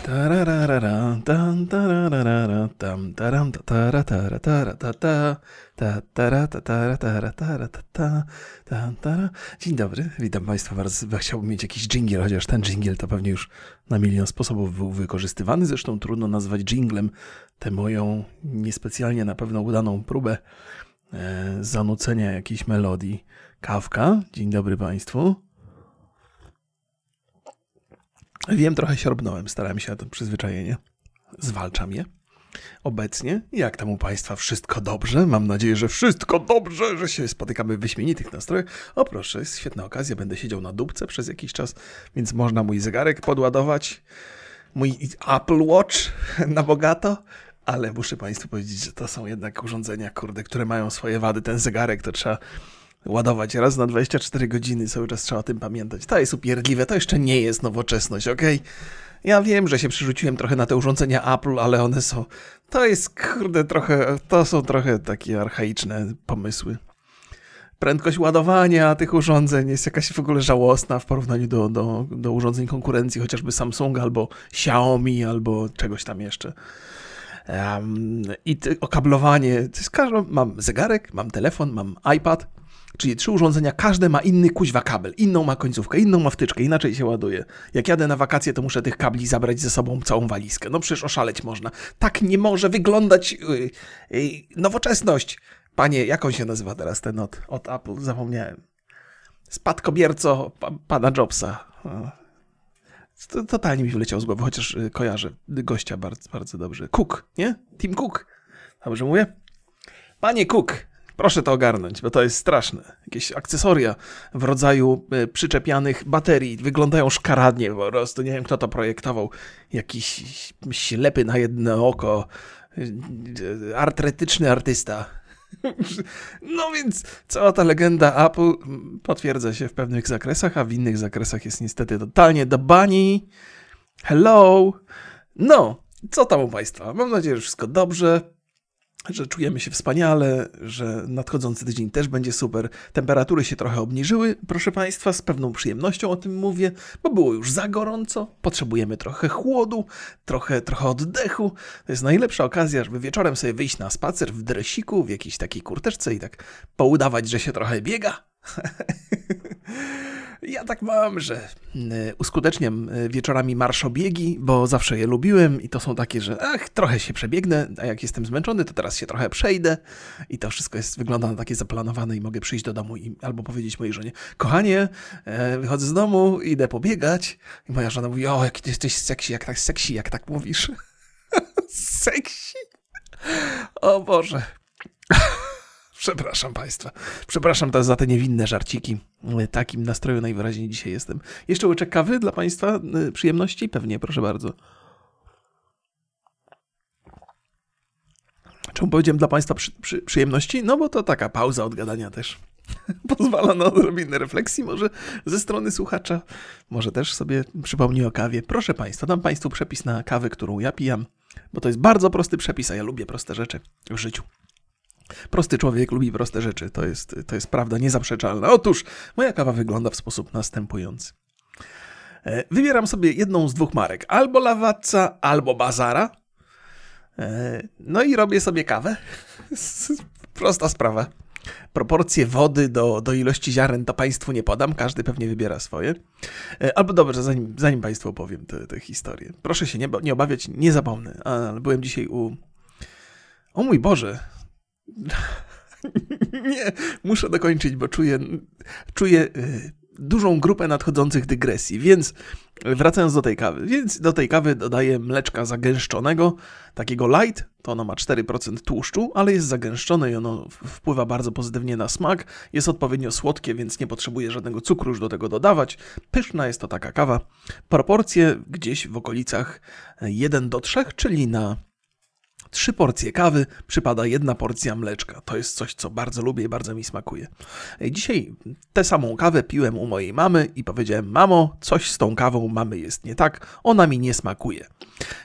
Tararara, tam, tararara, tam, taram, tatara, tara, tara, ta, ta, ta, tara, tatara, tara, tara, ta, ta, ta, tara. Dzień dobry, witam Państwa bardzo. Chciałbym mieć jakiś dżingiel, chociaż ten dżingiel to pewnie już na milion sposobów był wykorzystywany. Zresztą trudno nazwać dżinglem tę moją niespecjalnie na pewno udaną próbę zanucenia jakiejś melodii. Kawka, dzień dobry Państwu. Wiem, trochę siorbnąłem, starałem się na to przyzwyczajenie. Zwalczam je. Obecnie, jak tam u Państwa, wszystko dobrze? Mam nadzieję, że wszystko dobrze, że się spotykamy w wyśmienitych nastrojach. O proszę, jest świetna okazja, będę siedział na dupce przez jakiś czas, więc można mój zegarek podładować, mój Apple Watch na bogato, ale muszę Państwu powiedzieć, że to są jednak urządzenia, kurde, które mają swoje wady. Ten zegarek to trzeba ładować raz na 24 godziny, cały czas trzeba o tym pamiętać. To jest upierdliwe, to jeszcze nie jest nowoczesność, okej? Ja wiem, że się przerzuciłem trochę na te urządzenia Apple, ale one są... To jest, kurde, trochę... To są trochę takie archaiczne pomysły. Prędkość ładowania tych urządzeń jest jakaś w ogóle żałosna w porównaniu do urządzeń konkurencji, chociażby Samsunga albo Xiaomi albo czegoś tam jeszcze. Okablowanie... Mam zegarek, mam telefon, mam iPad. Czyli 3 urządzenia, każde ma inny kuźwa kabel, inną ma końcówkę, inną ma wtyczkę, inaczej się ładuje. Jak jadę na wakacje, to muszę tych kabli zabrać ze sobą całą walizkę. No przecież oszaleć można. Tak nie może wyglądać nowoczesność. Panie, jak on się nazywa teraz ten od Apple? Zapomniałem. Spadkobierco pana Jobsa. To totalnie mi wyleciał z głowy, chociaż kojarzę gościa bardzo, bardzo dobrze. Cook, nie? Tim Cook. Dobrze mówię? Panie Cook. Proszę to ogarnąć, bo to jest straszne. Jakieś akcesoria w rodzaju przyczepianych baterii wyglądają szkaradnie po prostu. Nie wiem, kto to projektował. Jakiś ślepy na jedno oko, artretyczny artysta. No więc cała ta legenda Apple potwierdza się w pewnych zakresach, a w innych zakresach jest niestety totalnie do bani. Hello! No, co tam u Państwa? Mam nadzieję, że wszystko dobrze. Że czujemy się wspaniale, że nadchodzący tydzień też będzie super. Temperatury się trochę obniżyły, proszę Państwa, z pewną przyjemnością o tym mówię, bo było już za gorąco, potrzebujemy trochę chłodu, trochę oddechu. To jest najlepsza okazja, żeby wieczorem sobie wyjść na spacer w dresiku, w jakiejś takiej kurteczce i tak poudawać, że się trochę biega. Ja tak mam, że uskuteczniam wieczorami marszobiegi, bo zawsze je lubiłem i to są takie, że trochę się przebiegnę, a jak jestem zmęczony, to teraz się trochę przejdę i to wszystko wygląda na takie zaplanowane i mogę przyjść do domu albo powiedzieć mojej żonie: kochanie, wychodzę z domu, idę pobiegać. I moja żona mówi: o, jaki ty jesteś seksy, jak tak mówisz. Seksy? O Boże. Przepraszam Państwa. Przepraszam za te niewinne żarciki. W takim nastroju najwyraźniej dzisiaj jestem. Jeszcze łyczek kawy dla Państwa przyjemności? Pewnie, proszę bardzo. Czemu powiedziałem dla Państwa przyjemności? No bo to taka pauza od gadania też. Pozwala na odrobinę refleksji może ze strony słuchacza. Może też sobie przypomni o kawie. Proszę Państwa, dam Państwu przepis na kawę, którą ja pijam, bo to jest bardzo prosty przepis, a ja lubię proste rzeczy w życiu. Prosty człowiek lubi proste rzeczy, to jest prawda niezaprzeczalna. Otóż moja kawa wygląda w sposób następujący. Wybieram sobie jedną z 2 marek, albo Lavazza, albo Bazara. No i robię sobie kawę. Prosta sprawa. Proporcje wody do ilości ziaren to Państwu nie podam, każdy pewnie wybiera swoje. Albo dobrze, zanim Państwu opowiem tę historię. Proszę się nie obawiać, nie zapomnę. Ale byłem dzisiaj O mój Boże! Nie, muszę dokończyć, bo czuję dużą grupę nadchodzących dygresji, więc wracając do tej kawy. Więc do tej kawy dodaję mleczka zagęszczonego, takiego light, to ono ma 4% tłuszczu, ale jest zagęszczone i ono wpływa bardzo pozytywnie na smak. Jest odpowiednio słodkie, więc nie potrzebuję żadnego cukru już do tego dodawać. Pyszna jest to taka kawa. Proporcje gdzieś w okolicach 1:3, czyli na 3 porcje kawy przypada 1 porcja mleczka. To jest coś, co bardzo lubię i bardzo mi smakuje. Dzisiaj tę samą kawę piłem u mojej mamy i powiedziałem: mamo, coś z tą kawą mamy jest nie tak, ona mi nie smakuje.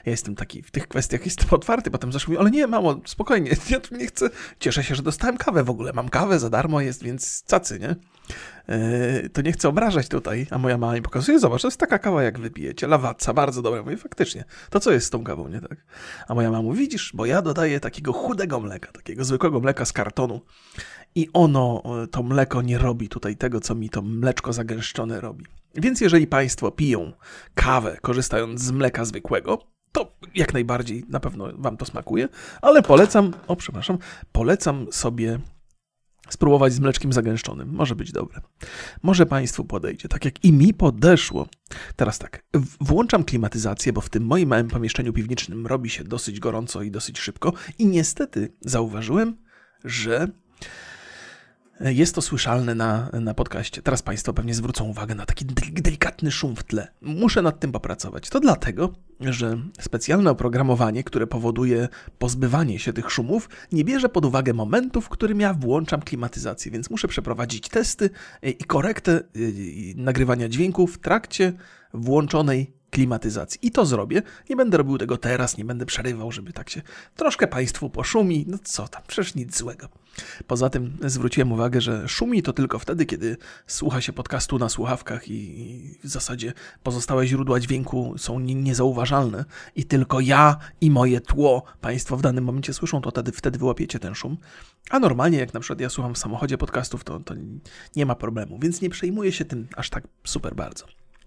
Ja jestem taki, w tych kwestiach jestem otwarty, potem zawsze mówię, ale nie, mamo, spokojnie, ja tu nie chcę, cieszę się, że dostałem kawę w ogóle, mam kawę, za darmo jest, więc cacy, nie? To nie chcę obrażać tutaj, a moja mama mi pokazuje, zobacz, to jest taka kawa, jak wypijecie, Lavazza, bardzo dobra. Mówię, faktycznie, to co jest z tą kawą, nie tak? A moja mama mówi, widzisz, bo ja dodaję takiego chudego mleka, takiego zwykłego mleka z kartonu i ono, to mleko nie robi tutaj tego, co mi to mleczko zagęszczone robi. Więc jeżeli państwo piją kawę, korzystając z mleka zwykłego, to jak najbardziej na pewno wam to smakuje, ale polecam sobie spróbować z mleczkiem zagęszczonym. Może być dobre. Może państwu podejdzie, tak jak i mi podeszło. Teraz tak, włączam klimatyzację, bo w tym moim małym pomieszczeniu piwniczym robi się dosyć gorąco i dosyć szybko i niestety zauważyłem, że jest to słyszalne na podcaście. Teraz państwo pewnie zwrócą uwagę na taki delikatny szum w tle. Muszę nad tym popracować. To dlatego, że specjalne oprogramowanie, które powoduje pozbywanie się tych szumów, nie bierze pod uwagę momentu, w którym ja włączam klimatyzację, więc muszę przeprowadzić testy i korektę nagrywania dźwięku w trakcie włączonej klimatyzacji. I to zrobię. Nie będę robił tego teraz, nie będę przerywał, żeby tak się troszkę państwu poszumi. No co tam, przecież nic złego. Poza tym zwróciłem uwagę, że szumi to tylko wtedy, kiedy słucha się podcastu na słuchawkach i w zasadzie pozostałe źródła dźwięku są niezauważalne i tylko ja i moje tło państwo w danym momencie słyszą, to wtedy wyłapiecie ten szum. A normalnie, jak na przykład ja słucham w samochodzie podcastów, to nie ma problemu, więc nie przejmuję się tym aż tak super bardzo.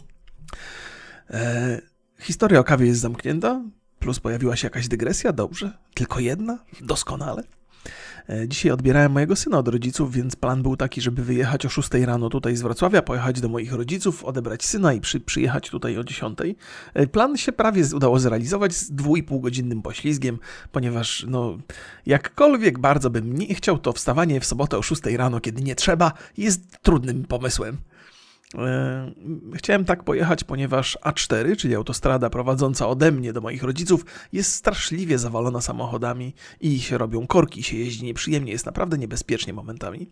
Historia o kawie jest zamknięta, plus pojawiła się jakaś dygresja, dobrze, tylko jedna, doskonale. Dzisiaj odbierałem mojego syna od rodziców, więc plan był taki, żeby wyjechać o 6 rano tutaj z Wrocławia, pojechać do moich rodziców, odebrać syna i przyjechać tutaj o 10. Plan się prawie udało zrealizować z 2,5-godzinnym poślizgiem, ponieważ jakkolwiek bardzo bym nie chciał, to wstawanie w sobotę o 6 rano, kiedy nie trzeba, jest trudnym pomysłem. Chciałem tak pojechać, ponieważ A4, czyli autostrada prowadząca ode mnie do moich rodziców, jest straszliwie zawalona samochodami i się robią korki, się jeździ nieprzyjemnie, jest naprawdę niebezpiecznie momentami.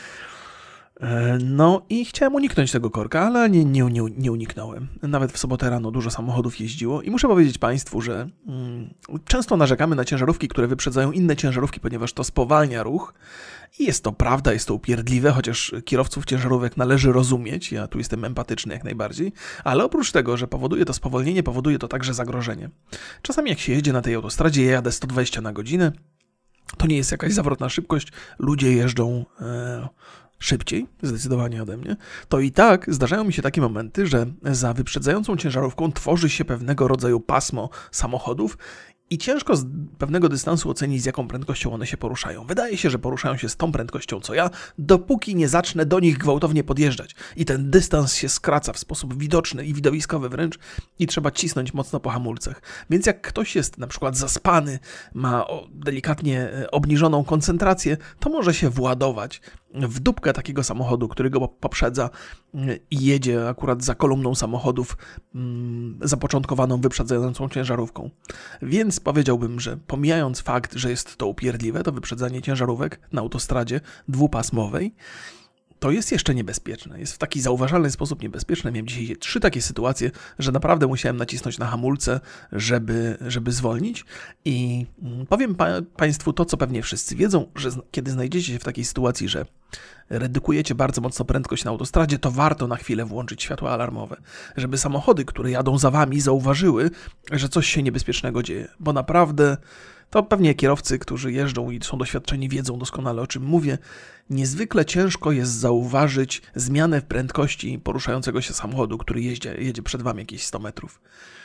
No i chciałem uniknąć tego korka, ale nie uniknąłem. Nawet w sobotę rano dużo samochodów jeździło i muszę powiedzieć państwu, że często narzekamy na ciężarówki, które wyprzedzają inne ciężarówki, ponieważ to spowalnia ruch. I jest to prawda, jest to upierdliwe, chociaż kierowców ciężarówek należy rozumieć, ja tu jestem empatyczny jak najbardziej, ale oprócz tego, że powoduje to spowolnienie, powoduje to także zagrożenie. Czasami jak się jedzie na tej autostradzie, ja jadę 120 na godzinę, to nie jest jakaś zawrotna szybkość, ludzie jeżdżą szybciej, zdecydowanie ode mnie, to i tak zdarzają mi się takie momenty, że za wyprzedzającą ciężarówką tworzy się pewnego rodzaju pasmo samochodów i ciężko z pewnego dystansu ocenić, z jaką prędkością one się poruszają. Wydaje się, że poruszają się z tą prędkością, co ja, dopóki nie zacznę do nich gwałtownie podjeżdżać. I ten dystans się skraca w sposób widoczny i widowiskowy wręcz i trzeba cisnąć mocno po hamulcach. Więc jak ktoś jest na przykład zaspany, ma delikatnie obniżoną koncentrację, to może się władować w dupkę takiego samochodu, który go poprzedza i jedzie akurat za kolumną samochodów zapoczątkowaną wyprzedzającą ciężarówką. Więc powiedziałbym, że pomijając fakt, że jest to upierdliwe, to wyprzedzanie ciężarówek na autostradzie dwupasmowej, to jest jeszcze niebezpieczne. Jest w taki zauważalny sposób niebezpieczne. Miałem dzisiaj 3 takie sytuacje, że naprawdę musiałem nacisnąć na hamulce, żeby zwolnić. I powiem państwu to, co pewnie wszyscy wiedzą, że kiedy znajdziecie się w takiej sytuacji, że redukujecie bardzo mocno prędkość na autostradzie, to warto na chwilę włączyć światła alarmowe, żeby samochody, które jadą za wami, zauważyły, że coś się niebezpiecznego dzieje. Bo naprawdę to pewnie kierowcy, którzy jeżdżą i są doświadczeni, wiedzą doskonale, o czym mówię. Niezwykle ciężko jest zauważyć zmianę w prędkości poruszającego się samochodu, który jedzie przed wami jakieś 100 metrów.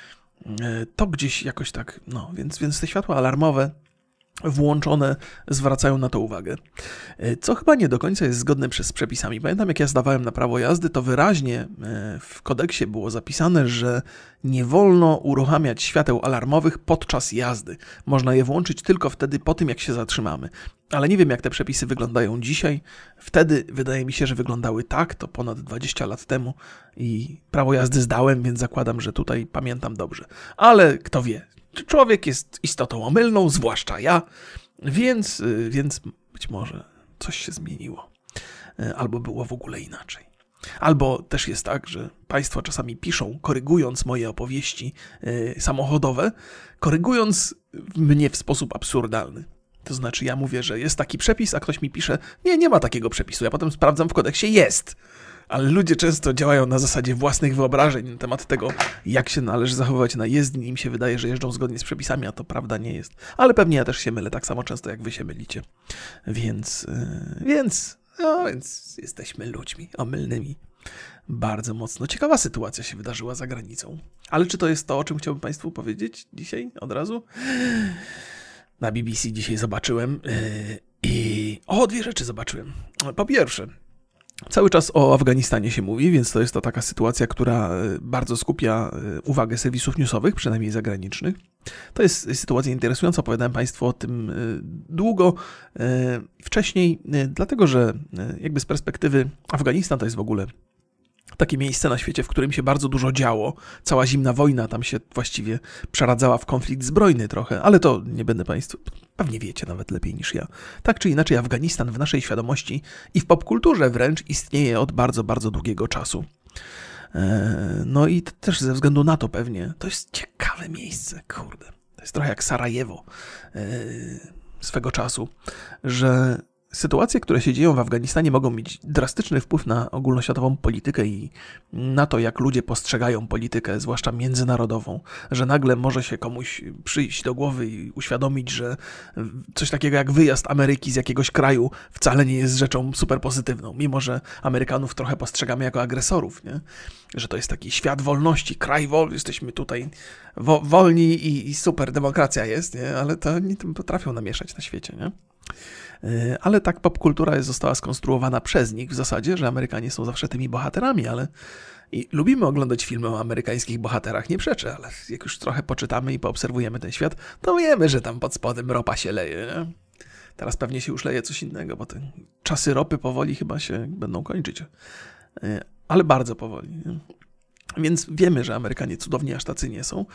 To gdzieś jakoś tak, więc te światła alarmowe włączone zwracają na to uwagę. Co chyba nie do końca jest zgodne z przepisami. Pamiętam, jak ja zdawałem na prawo jazdy, to wyraźnie w kodeksie było zapisane, że nie wolno uruchamiać świateł alarmowych podczas jazdy. Można je włączyć tylko wtedy po tym, jak się zatrzymamy. Ale nie wiem, jak te przepisy wyglądają dzisiaj. Wtedy wydaje mi się, że wyglądały tak, to ponad 20 lat temu i prawo jazdy zdałem, więc zakładam, że tutaj pamiętam dobrze. Ale kto wie, człowiek jest istotą omylną, zwłaszcza ja, więc być może coś się zmieniło. Albo było w ogóle inaczej. Albo też jest tak, że państwo czasami piszą, korygując moje opowieści samochodowe, korygując mnie w sposób absurdalny. To znaczy ja mówię, że jest taki przepis, a ktoś mi pisze, nie ma takiego przepisu. Ja potem sprawdzam w kodeksie, jest. Ale ludzie często działają na zasadzie własnych wyobrażeń na temat tego, jak się należy zachowywać na jezdni. Im się wydaje, że jeżdżą zgodnie z przepisami, a to prawda nie jest. Ale pewnie ja też się mylę tak samo często, jak wy się mylicie. Więc jesteśmy ludźmi omylnymi. Bardzo mocno. Ciekawa sytuacja się wydarzyła za granicą. Ale czy to jest to, o czym chciałbym państwu powiedzieć dzisiaj od razu? Na BBC dzisiaj zobaczyłem dwie rzeczy zobaczyłem. Po pierwsze, cały czas o Afganistanie się mówi, więc to jest to taka sytuacja, która bardzo skupia uwagę serwisów newsowych, przynajmniej zagranicznych. To jest sytuacja interesująca, opowiadałem państwu o tym długo wcześniej, dlatego że jakby z perspektywy Afganistan to jest w ogóle takie miejsce na świecie, w którym się bardzo dużo działo. Cała zimna wojna tam się właściwie przeradzała w konflikt zbrojny trochę, ale to nie będę państwu, pewnie wiecie nawet lepiej niż ja. Tak czy inaczej Afganistan w naszej świadomości i w popkulturze wręcz istnieje od bardzo, bardzo długiego czasu. No i też ze względu na to pewnie, to jest ciekawe miejsce, kurde. To jest trochę jak Sarajewo swego czasu, że sytuacje, które się dzieją w Afganistanie, mogą mieć drastyczny wpływ na ogólnoświatową politykę i na to, jak ludzie postrzegają politykę, zwłaszcza międzynarodową, że nagle może się komuś przyjść do głowy i uświadomić, że coś takiego jak wyjazd Ameryki z jakiegoś kraju wcale nie jest rzeczą super pozytywną, mimo że Amerykanów trochę postrzegamy jako agresorów, nie? Że to jest taki świat wolności, kraj wolny, jesteśmy tutaj wolni i super demokracja jest, nie? Ale to nie potrafią namieszać na świecie, nie? Ale tak popkultura została skonstruowana przez nich w zasadzie, że Amerykanie są zawsze tymi bohaterami, ale i lubimy oglądać filmy o amerykańskich bohaterach, nie przeczę, ale jak już trochę poczytamy i poobserwujemy ten świat, to wiemy, że tam pod spodem ropa się leje, nie? Teraz pewnie się już leje coś innego, bo te czasy ropy powoli chyba się będą kończyć, ale bardzo powoli, nie? Więc wiemy, że Amerykanie cudowni aż tacy nie są.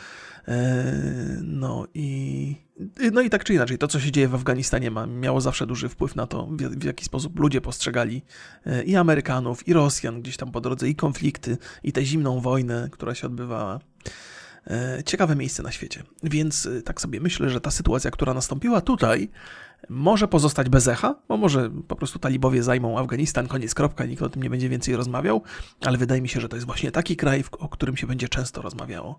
No i tak czy inaczej, to co się dzieje w Afganistanie miało zawsze duży wpływ na to, w jaki sposób ludzie postrzegali i Amerykanów, i Rosjan gdzieś tam po drodze, i konflikty, i tę zimną wojnę, która się odbywała. Ciekawe miejsce na świecie. Więc tak sobie myślę, że ta sytuacja, która nastąpiła tutaj, może pozostać bez echa, bo może po prostu talibowie zajmą Afganistan, koniec, kropka, nikt o tym nie będzie więcej rozmawiał, ale wydaje mi się, że to jest właśnie taki kraj, o którym się będzie często rozmawiało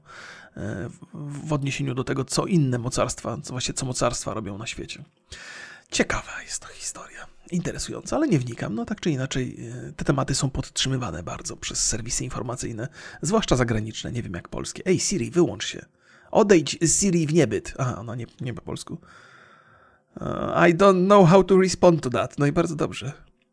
w odniesieniu do tego, co inne mocarstwa, co mocarstwa robią na świecie. Ciekawa jest to historia. Interesująca, ale nie wnikam. No tak czy inaczej, te tematy są podtrzymywane bardzo przez serwisy informacyjne, zwłaszcza zagraniczne, nie wiem jak polskie. Ej Siri, wyłącz się. Odejdź Siri w niebyt. Aha, ona nie po polsku. I don't know how to respond to that. No i bardzo dobrze.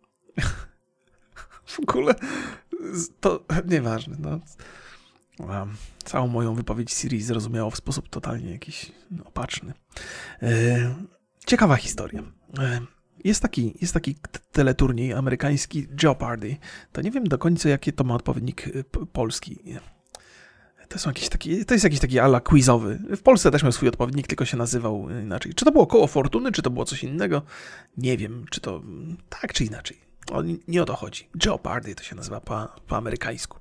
W ogóle to nieważne. No. Całą moją wypowiedź Siri zrozumiało w sposób totalnie jakiś opatrzny. Ciekawa historia. Jest taki teleturniej amerykański Jeopardy. To nie wiem do końca, jaki to ma odpowiednik polski. To jest jakiś taki ala quizowy. W Polsce też miał swój odpowiednik, tylko się nazywał inaczej. Czy to było Koło Fortuny, czy to było coś innego? Nie wiem, czy to tak, czy inaczej. Nie o to chodzi. Jeopardy to się nazywa po amerykańsku.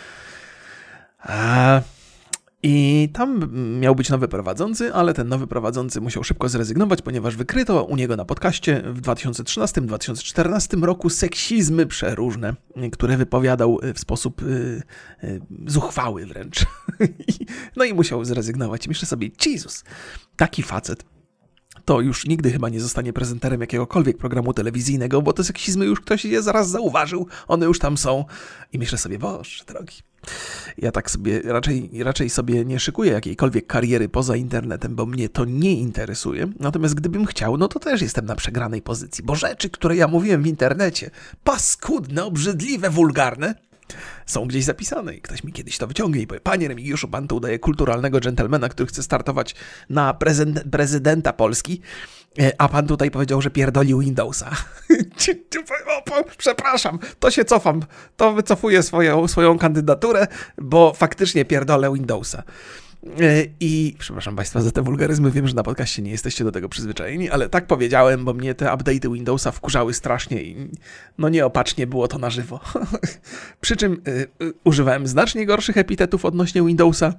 I tam miał być nowy prowadzący, ale ten nowy prowadzący musiał szybko zrezygnować, ponieważ wykryto u niego na podcaście w 2013-2014 roku seksizmy przeróżne, które wypowiadał w sposób zuchwały wręcz. No i musiał zrezygnować. Myślę sobie, Jezus, taki facet to już nigdy chyba nie zostanie prezenterem jakiegokolwiek programu telewizyjnego, bo te seksizmy już ktoś je zaraz zauważył, one już tam są. I myślę sobie, Boże drogi, ja tak sobie raczej sobie nie szykuję jakiejkolwiek kariery poza internetem, bo mnie to nie interesuje. Natomiast gdybym chciał, no to też jestem na przegranej pozycji, bo rzeczy, które ja mówiłem w internecie, paskudne, obrzydliwe, wulgarne, są gdzieś zapisane i ktoś mi kiedyś to wyciągnie i powie, panie Remigiuszu, pan to udaje kulturalnego dżentelmena, który chce startować na prezydenta Polski, a pan tutaj powiedział, że pierdoli Windowsa. Przepraszam, to się cofam, to wycofuję swoją kandydaturę, bo faktycznie pierdolę Windowsa. I przepraszam Państwa za te wulgaryzmy, wiem, że na podcaście nie jesteście do tego przyzwyczajeni, ale tak powiedziałem, bo mnie te update'y Windowsa wkurzały strasznie i no nieopatrznie było to na żywo. Przy czym używałem znacznie gorszych epitetów odnośnie Windowsa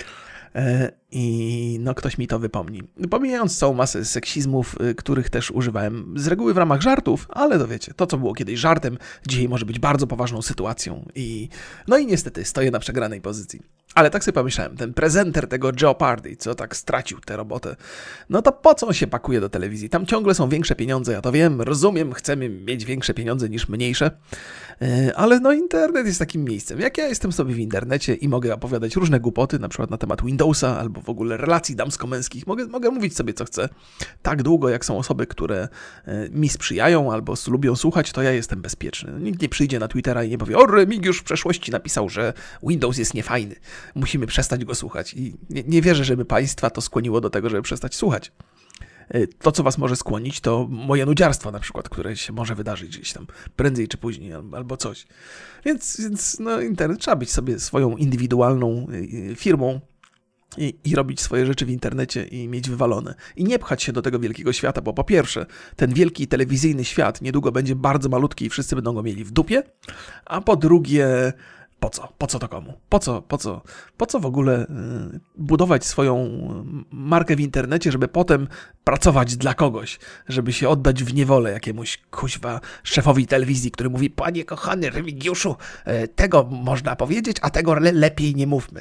i no ktoś mi to wypomni. Pomijając całą masę seksizmów, których też używałem z reguły w ramach żartów, ale to wiecie, to co było kiedyś żartem, dzisiaj może być bardzo poważną sytuacją i no i niestety stoję na przegranej pozycji. Ale tak sobie pomyślałem, ten prezenter tego Jeopardy, co tak stracił tę robotę, no to po co on się pakuje do telewizji? Tam ciągle są większe pieniądze, ja to wiem, rozumiem, chcemy mieć większe pieniądze niż mniejsze, ale no internet jest takim miejscem. Jak ja jestem sobie w internecie i mogę opowiadać różne głupoty, na przykład na temat Windowsa albo w ogóle relacji damsko-męskich, mogę mówić sobie co chcę. Tak długo jak są osoby, które mi sprzyjają albo lubią słuchać, to ja jestem bezpieczny. Nikt nie przyjdzie na Twittera i nie powie, o Remigiusz w przeszłości napisał, że Windows jest niefajny. Musimy przestać go słuchać. I nie wierzę, żeby państwa to skłoniło do tego, żeby przestać słuchać. To, co was może skłonić, to moje nudziarstwo na przykład, które się może wydarzyć gdzieś tam prędzej czy później, albo coś. Więc no, internet trzeba być sobie swoją indywidualną firmą i robić swoje rzeczy w internecie i mieć wywalone. I nie pchać się do tego wielkiego świata, bo po pierwsze, ten wielki telewizyjny świat niedługo będzie bardzo malutki i wszyscy będą go mieli w dupie, a po drugie... Po co? Po co to komu? Po co w ogóle budować swoją markę w internecie, żeby potem pracować dla kogoś, żeby się oddać w niewolę jakiemuś kuźwa szefowi telewizji, który mówi, panie kochany Remigiuszu, tego można powiedzieć, a tego lepiej nie mówmy.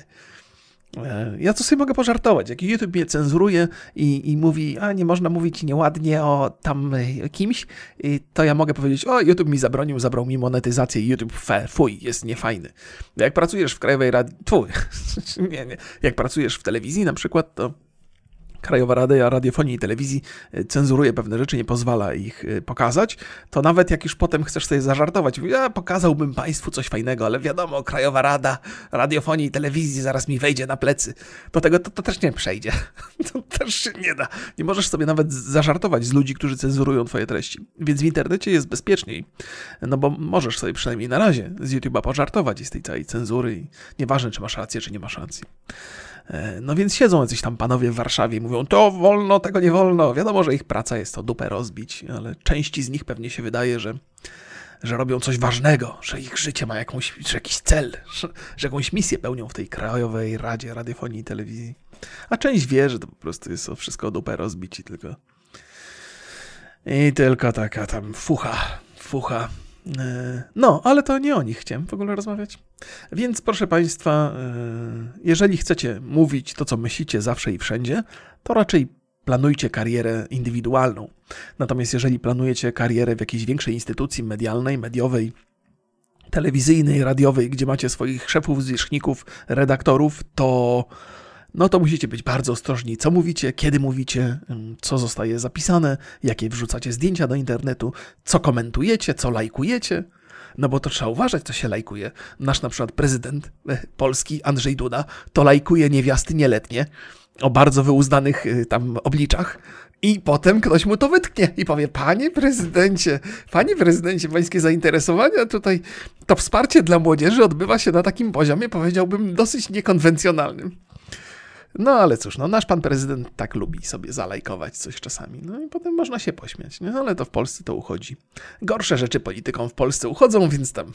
Ja to sobie mogę pożartować. Jak YouTube mnie cenzuruje i mówi, a nie można mówić nieładnie o tam kimś, to ja mogę powiedzieć, o YouTube mi zabrał mi monetyzację i YouTube fuj, jest niefajny. Jak pracujesz w Krajowej Radzie, jak pracujesz w telewizji na przykład, to Krajowa Rada Radiofonii i Telewizji cenzuruje pewne rzeczy, nie pozwala ich pokazać, to nawet jak już potem chcesz sobie zażartować, ja pokazałbym państwu coś fajnego, ale wiadomo, Krajowa Rada Radiofonii i Telewizji zaraz mi wejdzie na plecy, to tego to też nie przejdzie. To też się nie da. Nie możesz sobie nawet zażartować z ludzi, którzy cenzurują twoje treści. Więc w internecie jest bezpieczniej, no bo możesz sobie przynajmniej na razie z YouTube'a pożartować i z tej całej cenzury i nieważne, czy masz rację, czy nie masz racji. No więc siedzą jacyś tam panowie w Warszawie i mówią, to wolno, tego nie wolno. Wiadomo, że ich praca jest to dupę rozbić, ale części z nich pewnie się wydaje, że robią coś ważnego, że ich życie ma jakiś cel, że jakąś misję pełnią w tej Krajowej Radzie Radiofonii i Telewizji. A część wie, że to po prostu jest to wszystko dupę rozbić i tylko taka tam fucha. No, ale to nie o nich chciałem w ogóle rozmawiać. Więc proszę Państwa, jeżeli chcecie mówić to, co myślicie zawsze i wszędzie, to raczej planujcie karierę indywidualną. Natomiast jeżeli planujecie karierę w jakiejś większej instytucji medialnej, mediowej, telewizyjnej, radiowej, gdzie macie swoich szefów, zwierzchników, redaktorów, to musicie być bardzo ostrożni, co mówicie, kiedy mówicie, co zostaje zapisane, jakie wrzucacie zdjęcia do internetu, co komentujecie, co lajkujecie. No bo to trzeba uważać, co się lajkuje. Nasz na przykład prezydent Polski, Andrzej Duda, to lajkuje niewiasty nieletnie o bardzo wyuznanych tam obliczach i potem ktoś mu to wytknie i powie, panie prezydencie, pańskie zainteresowania tutaj, to wsparcie dla młodzieży odbywa się na takim poziomie, powiedziałbym, dosyć niekonwencjonalnym. No ale cóż, nasz pan prezydent tak lubi sobie zalajkować coś czasami. No i potem można się pośmiać, nie? Ale to w Polsce to uchodzi. Gorsze rzeczy politykom w Polsce uchodzą, więc tam...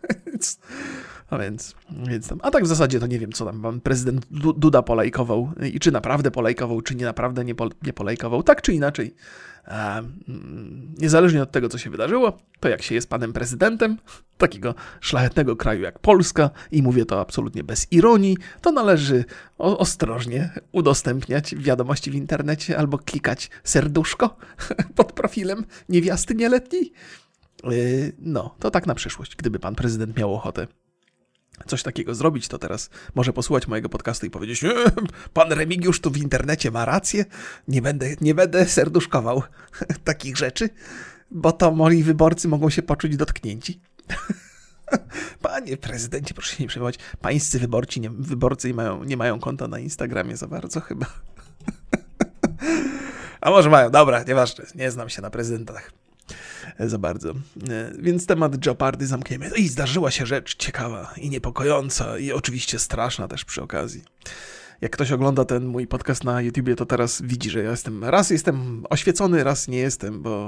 Więc tam. A tak w zasadzie to nie wiem, co tam pan prezydent Duda polajkował i czy naprawdę polajkował, czy nie naprawdę nie polajkował. Tak czy inaczej, niezależnie od tego, co się wydarzyło, to jak się jest panem prezydentem takiego szlachetnego kraju jak Polska i mówię to absolutnie bez ironii, to należy ostrożnie udostępniać wiadomości w internecie albo klikać serduszko pod profilem niewiasty nieletniej. No, to tak na przyszłość, gdyby pan prezydent miał ochotę coś takiego zrobić, to teraz może posłuchać mojego podcastu i powiedzieć, pan Remigiusz tu w internecie ma rację, nie będę serduszkował takich rzeczy, bo to moi wyborcy mogą się poczuć dotknięci. Panie prezydencie, proszę się nie przejmować, pańscy wyborcy nie mają konta na Instagramie za bardzo chyba. A może mają, dobra, nieważne, nie znam się na prezydentach za bardzo. Więc temat Jeopardy zamkniemy. I zdarzyła się rzecz ciekawa i niepokojąca i oczywiście straszna też przy okazji. Jak ktoś ogląda ten mój podcast na YouTubie, to teraz widzi, że ja raz jestem oświecony, raz nie jestem, bo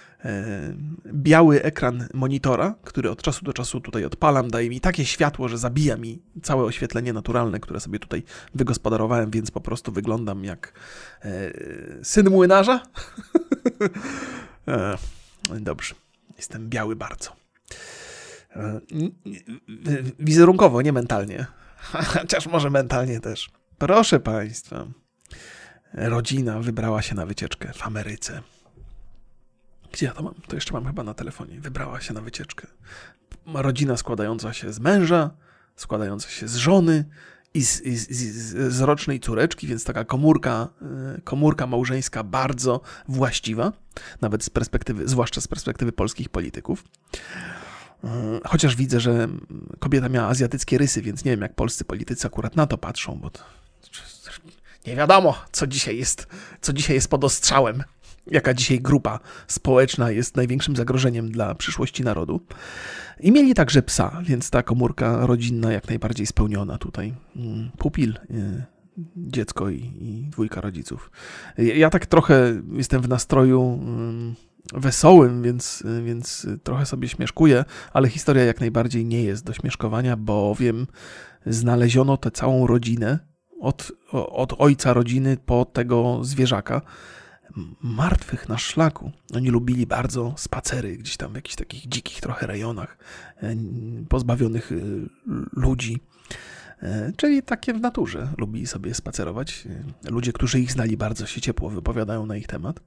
biały ekran monitora, który od czasu do czasu tutaj odpalam, daje mi takie światło, że zabija mi całe oświetlenie naturalne, które sobie tutaj wygospodarowałem, więc po prostu wyglądam jak syn młynarza. Dobrze, jestem biały bardzo. Wizerunkowo, nie mentalnie. Chociaż może mentalnie też. Proszę Państwa, rodzina wybrała się na wycieczkę w Ameryce. Gdzie ja to mam? To jeszcze mam chyba na telefonie. Wybrała się na wycieczkę. Rodzina składająca się z męża, składająca się z żony i z rocznej córeczki, więc taka komórka małżeńska bardzo właściwa, nawet zwłaszcza z perspektywy polskich polityków. Chociaż widzę, że kobieta miała azjatyckie rysy, więc nie wiem, jak polscy politycy akurat na to patrzą, bo to nie wiadomo, co dzisiaj jest pod ostrzałem. Jaka dzisiaj grupa społeczna jest największym zagrożeniem dla przyszłości narodu. I mieli także psa, więc ta komórka rodzinna jak najbardziej spełniona tutaj. Pupil, dziecko i 2 rodziców. Ja tak trochę jestem w nastroju wesołym, więc trochę sobie śmieszkuję, ale historia jak najbardziej nie jest do śmieszkowania, bowiem znaleziono tę całą rodzinę od ojca rodziny po tego zwierzaka martwych na szlaku. Oni lubili bardzo spacery gdzieś tam w jakichś takich dzikich trochę rejonach, pozbawionych ludzi, czyli takie w naturze. Lubili sobie spacerować. Ludzie, którzy ich znali, bardzo się ciepło wypowiadają na ich temat.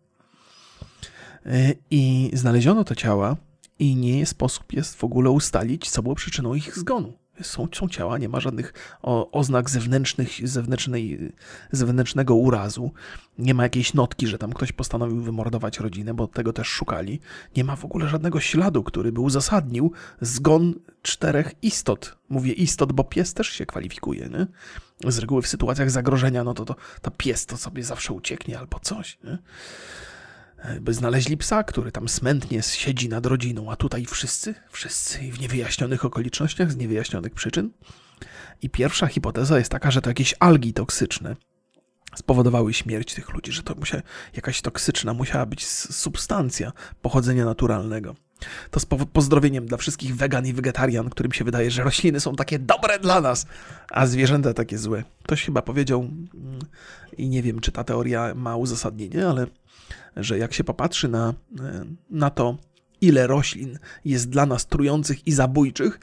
I znaleziono te ciała i nie sposób jest w ogóle ustalić, co było przyczyną ich zgonu. Są ciała, nie ma żadnych oznak zewnętrznego urazu. Nie ma jakiejś notki, że tam ktoś postanowił wymordować rodzinę, bo tego też szukali. Nie ma w ogóle żadnego śladu, który by uzasadnił zgon 4 istot. Mówię istot, bo pies też się kwalifikuje, nie? Z reguły w sytuacjach zagrożenia, no to pies to sobie zawsze ucieknie albo coś, nie? By znaleźli psa, który tam smętnie siedzi nad rodziną, a tutaj wszyscy w niewyjaśnionych okolicznościach, z niewyjaśnionych przyczyn. I pierwsza hipoteza jest taka, że to jakieś algi toksyczne spowodowały śmierć tych ludzi, że to jakaś toksyczna musiała być substancja pochodzenia naturalnego. To z pozdrowieniem dla wszystkich wegan i wegetarian, którym się wydaje, że rośliny są takie dobre dla nas, a zwierzęta takie złe. Ktoś chyba powiedział, i nie wiem, czy ta teoria ma uzasadnienie, ale że jak się popatrzy na to, ile roślin jest dla nas trujących i zabójczych,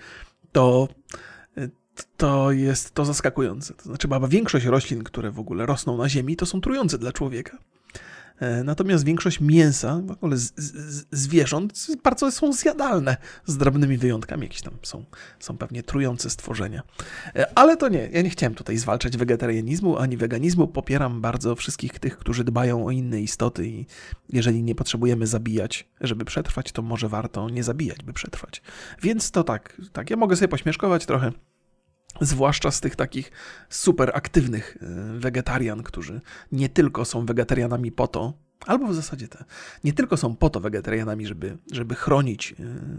to jest to zaskakujące. To znaczy, większość roślin, które w ogóle rosną na ziemi, to są trujące dla człowieka. Natomiast większość mięsa, w ogóle zwierząt, bardzo są zjadalne, z drobnymi wyjątkami. Jakieś tam są pewnie trujące stworzenia. Ale to nie, ja nie chciałem tutaj zwalczać wegetarianizmu ani weganizmu. Popieram bardzo wszystkich tych, którzy dbają o inne istoty i jeżeli nie potrzebujemy zabijać, żeby przetrwać, to może warto nie zabijać, by przetrwać. Więc to tak, ja mogę sobie pośmieszkować trochę. Zwłaszcza z tych takich super aktywnych wegetarian, którzy nie tylko są wegetarianami po to, albo w zasadzie nie tylko są po to wegetarianami, żeby chronić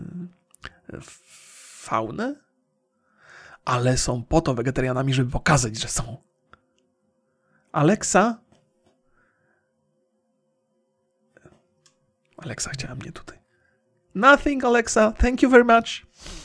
faunę, ale są po to wegetarianami, żeby pokazać, że są. Alexa chciała mnie tutaj. Nothing, Alexa. Thank you very much.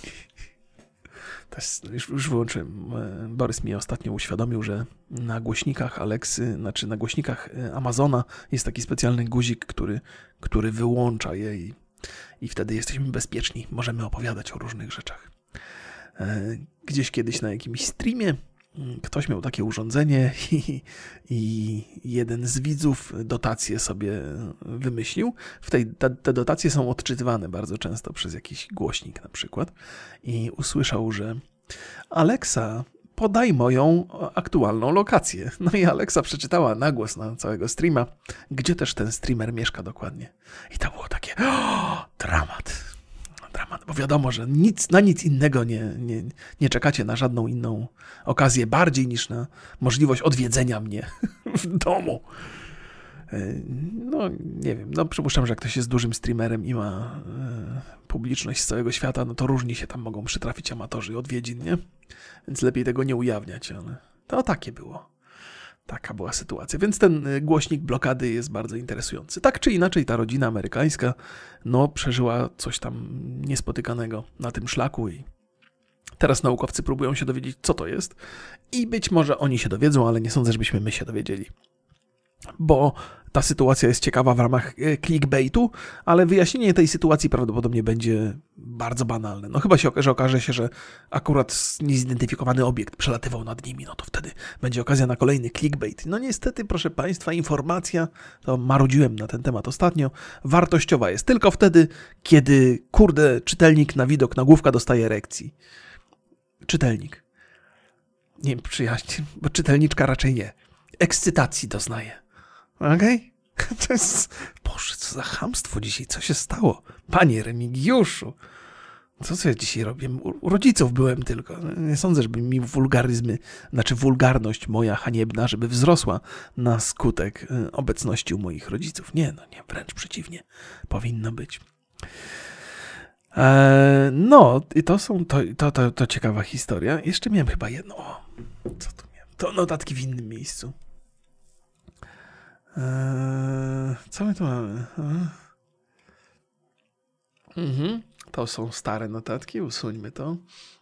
Już wyłączyłem. Borys mi ostatnio uświadomił, że na głośnikach Alexy, znaczy na głośnikach Amazona jest taki specjalny guzik, który wyłącza je i wtedy jesteśmy bezpieczni. Możemy opowiadać o różnych rzeczach. Gdzieś kiedyś na jakimś streamie ktoś miał takie urządzenie i jeden z widzów dotację sobie wymyślił. Te dotacje są odczytywane bardzo często przez jakiś głośnik na przykład i usłyszał, że Alexa, podaj moją aktualną lokację. No i Alexa przeczytała na głos na całego streama, gdzie też ten streamer mieszka dokładnie. I to było takie dramat, bo wiadomo, że na nic innego nie czekacie, na żadną inną okazję bardziej niż na możliwość odwiedzenia mnie w domu. No, nie wiem, przypuszczam, że jak ktoś jest dużym streamerem i ma publiczność z całego świata, no to różni się tam mogą przytrafić amatorzy odwiedzin, nie? Więc lepiej tego nie ujawniać, ale to takie było. Taka była sytuacja, więc ten głośnik blokady jest bardzo interesujący. Tak czy inaczej ta rodzina amerykańska przeżyła coś tam niespotykanego na tym szlaku i teraz naukowcy próbują się dowiedzieć, co to jest i być może oni się dowiedzą, ale nie sądzę, żebyśmy my się dowiedzieli. Bo ta sytuacja jest ciekawa w ramach clickbaitu, ale wyjaśnienie tej sytuacji prawdopodobnie będzie bardzo banalne. Chyba że okaże się, że akurat niezidentyfikowany obiekt przelatywał nad nimi, to wtedy będzie okazja na kolejny clickbait. Niestety, proszę Państwa, informacja, to marudziłem na ten temat ostatnio, wartościowa jest tylko wtedy, kiedy, czytelnik na widok nagłówka dostaje erekcji. Czytelnik. Nie wiem, przyjaźń, bo czytelniczka raczej nie. Ekscytacji doznaje. Okej? To jest... Boże, co za chamstwo dzisiaj, co się stało? Panie Remigiuszu, co ja dzisiaj robię? U rodziców byłem tylko. Nie sądzę, żeby mi wulgarność moja haniebna, żeby wzrosła na skutek obecności u moich rodziców. Nie, wręcz przeciwnie. Powinno być. I to ciekawa historia. Jeszcze miałem chyba jedno. Co tu miałem? To notatki w innym miejscu. Co my tu mamy? To są stare notatki, usuńmy to.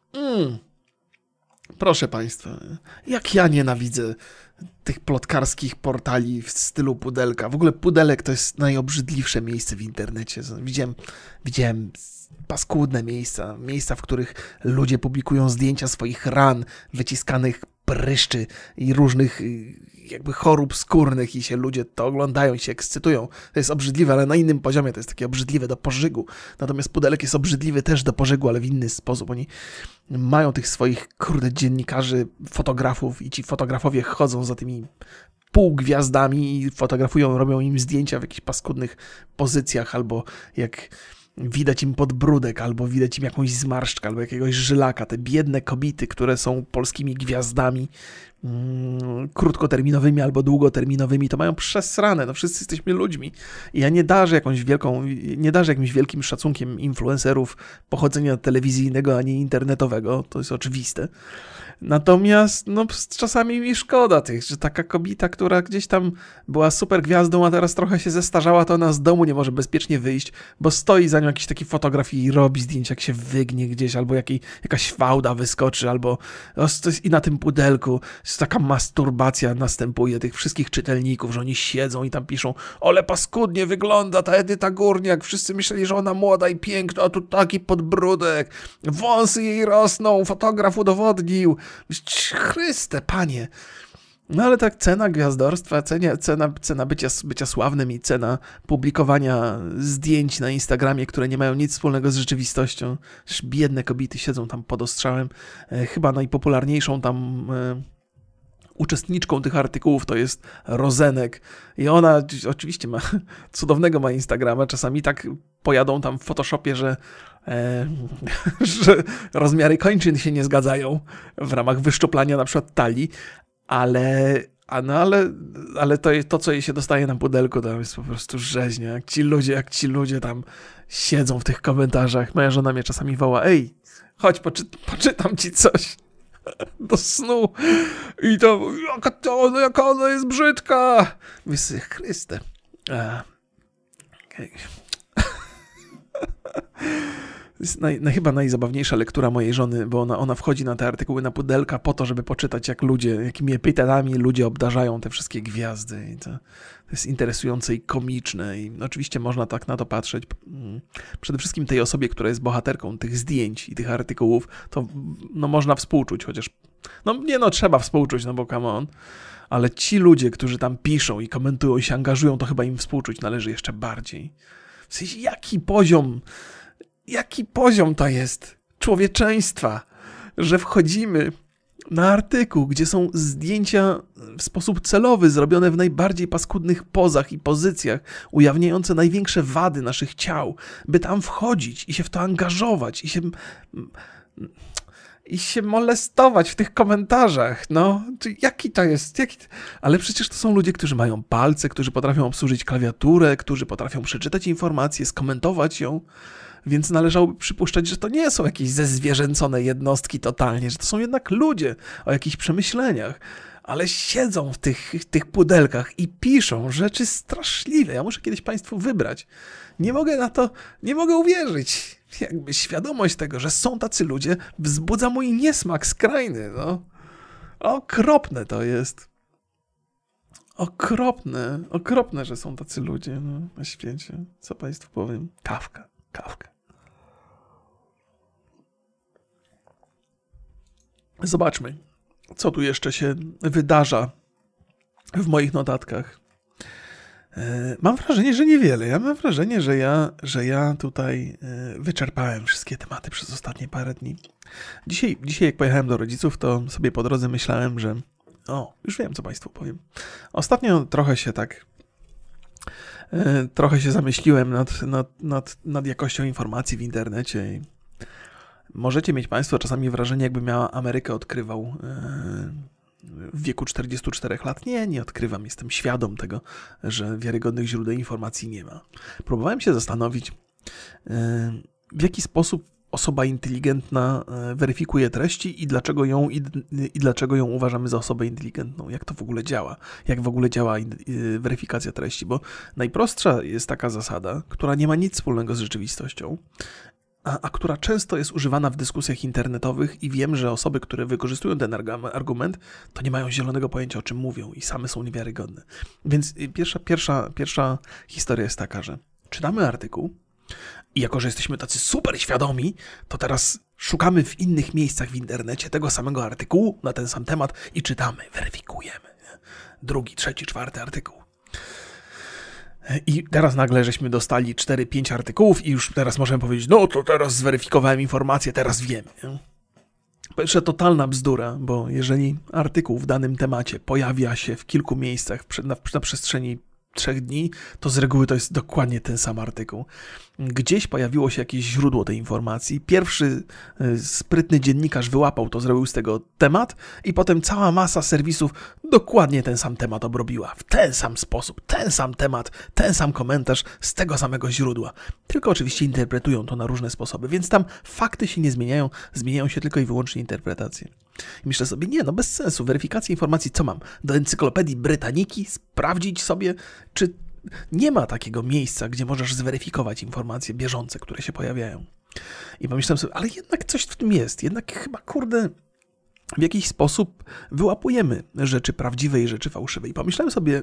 Proszę Państwa, jak ja nienawidzę tych plotkarskich portali w stylu Pudelka. W ogóle Pudelek to jest najobrzydliwsze miejsce w internecie. Widziałem paskudne miejsca, w których ludzie publikują zdjęcia swoich ran, wyciskanych pryszczy i różnych jakby chorób skórnych i się ludzie to oglądają, się ekscytują. To jest obrzydliwe, ale na innym poziomie. To jest takie obrzydliwe do pożygu. Natomiast Pudelek jest obrzydliwy też do pożygu, ale w inny sposób. Oni mają tych swoich, dziennikarzy, fotografów i ci fotografowie chodzą za tymi półgwiazdami i fotografują, robią im zdjęcia w jakichś paskudnych pozycjach albo jak widać im podbródek, albo widać im jakąś zmarszczkę, albo jakiegoś żylaka. Te biedne kobiety, które są polskimi gwiazdami krótkoterminowymi albo długoterminowymi, to mają przesrane. Wszyscy jesteśmy ludźmi. I ja nie darzę jakimś wielkim szacunkiem influencerów pochodzenia telewizyjnego, ani internetowego. To jest oczywiste. Natomiast czasami mi szkoda tych, że taka kobieta, która gdzieś tam była super gwiazdą, a teraz trochę się zestarzała, to ona z domu nie może bezpiecznie wyjść, bo stoi za nią jakiś taki fotograf i robi zdjęcia, jak się wygnie gdzieś, albo jakaś fałda wyskoczy, albo i na tym Pudelku taka masturbacja następuje tych wszystkich czytelników, że oni siedzą i tam piszą: ale paskudnie wygląda ta Edyta Górniak, wszyscy myśleli, że ona młoda i piękna, a tu taki podbródek, wąsy jej rosną, fotograf udowodnił. Chryste, Panie. Ale tak cena gwiazdorstwa, cena bycia sławnym i cena publikowania zdjęć na Instagramie, które nie mają nic wspólnego z rzeczywistością. Biedne kobiety siedzą tam pod ostrzałem. Chyba najpopularniejszą tam uczestniczką tych artykułów to jest Rozenek. I ona oczywiście cudownego ma Instagrama. Czasami tak pojadą tam w Photoshopie, że rozmiary kończyn się nie zgadzają w ramach wyszczuplania na przykład talii, ale to, co jej się dostaje na Pudelku, to jest po prostu rzeźnia. Jak ci ludzie tam siedzą w tych komentarzach. Moja żona mnie czasami woła: ej, chodź, poczytam ci coś do snu. I to, jaka ona jest brzydka. Wysy, Chryste. Okay. To jest chyba najzabawniejsza lektura mojej żony, bo ona wchodzi na te artykuły na Pudelka po to, żeby poczytać, jakimi epitetami ludzie obdarzają te wszystkie gwiazdy. I to jest interesujące i komiczne. I oczywiście można tak na to patrzeć. Przede wszystkim tej osobie, która jest bohaterką tych zdjęć i tych artykułów, to można współczuć, chociaż trzeba współczuć, bo come on. Ale ci ludzie, którzy tam piszą i komentują i się angażują, to chyba im współczuć należy jeszcze bardziej. W sensie, jaki poziom to jest człowieczeństwa, że wchodzimy na artykuł, gdzie są zdjęcia w sposób celowy zrobione w najbardziej paskudnych pozach i pozycjach, ujawniające największe wady naszych ciał, by tam wchodzić i się w to angażować i się molestować w tych komentarzach. Jaki to jest? Ale przecież to są ludzie, którzy mają palce, którzy potrafią obsłużyć klawiaturę, którzy potrafią przeczytać informację, skomentować ją. Więc należałoby przypuszczać, że to nie są jakieś zezwierzęcone jednostki totalnie, że to są jednak ludzie o jakichś przemyśleniach. ale siedzą w tych pudelkach i piszą rzeczy straszliwe. Ja muszę kiedyś państwu wybrać. Nie mogę uwierzyć. Jakby świadomość tego, że są tacy ludzie, wzbudza mój niesmak skrajny. No. Okropne to jest. Okropne, że są tacy ludzie na świecie. Co państwu powiem? Kawka. Zobaczmy, co tu jeszcze się wydarza w moich notatkach. Mam wrażenie, że niewiele. Ja mam wrażenie, że ja tutaj wyczerpałem wszystkie tematy przez ostatnie parę dni. Dzisiaj jak pojechałem do rodziców, to sobie po drodze myślałem, że już wiem, co państwu powiem. Ostatnio trochę się zamyśliłem nad jakością informacji w internecie i możecie mieć państwo czasami wrażenie, jakby miała Amerykę odkrywał w wieku 44 lat. Nie odkrywam. Jestem świadom tego, że wiarygodnych źródeł informacji nie ma. Próbowałem się zastanowić, w jaki sposób osoba inteligentna weryfikuje treści i dlaczego ją uważamy za osobę inteligentną. Jak to w ogóle działa? Jak w ogóle działa weryfikacja treści? Bo najprostsza jest taka zasada, która nie ma nic wspólnego z rzeczywistością, a która często jest używana w dyskusjach internetowych i wiem, że osoby, które wykorzystują ten argument, to nie mają zielonego pojęcia, o czym mówią i same są niewiarygodne. Więc pierwsza historia jest taka, że czytamy artykuł i jako, że jesteśmy tacy super świadomi, to teraz szukamy w innych miejscach w internecie tego samego artykułu na ten sam temat i czytamy, weryfikujemy. Drugi, trzeci, czwarty artykuł. I teraz nagle żeśmy dostali 4-5 artykułów i już teraz możemy powiedzieć, no to teraz zweryfikowałem informację, teraz wiem. Po pierwsze, totalna bzdura, bo jeżeli artykuł w danym temacie pojawia się w kilku miejscach na przestrzeni 3 dni, to z reguły to jest dokładnie ten sam artykuł. Gdzieś pojawiło się jakieś źródło tej informacji. Pierwszy sprytny dziennikarz wyłapał to, zrobił z tego temat i potem cała masa serwisów dokładnie ten sam temat obrobiła. W ten sam sposób, ten sam temat, ten sam komentarz z tego samego źródła. Tylko oczywiście interpretują to na różne sposoby, więc tam fakty się nie zmieniają się tylko i wyłącznie interpretacje. I myślę sobie, bez sensu, weryfikacja informacji, co mam? Do Encyklopedii Brytaniki sprawdzić sobie, czy nie ma takiego miejsca, gdzie możesz zweryfikować informacje bieżące, które się pojawiają. I pomyślałem sobie, ale jednak coś w tym jest, jednak chyba, w jakiś sposób wyłapujemy rzeczy prawdziwe i rzeczy fałszywe. I pomyślałem sobie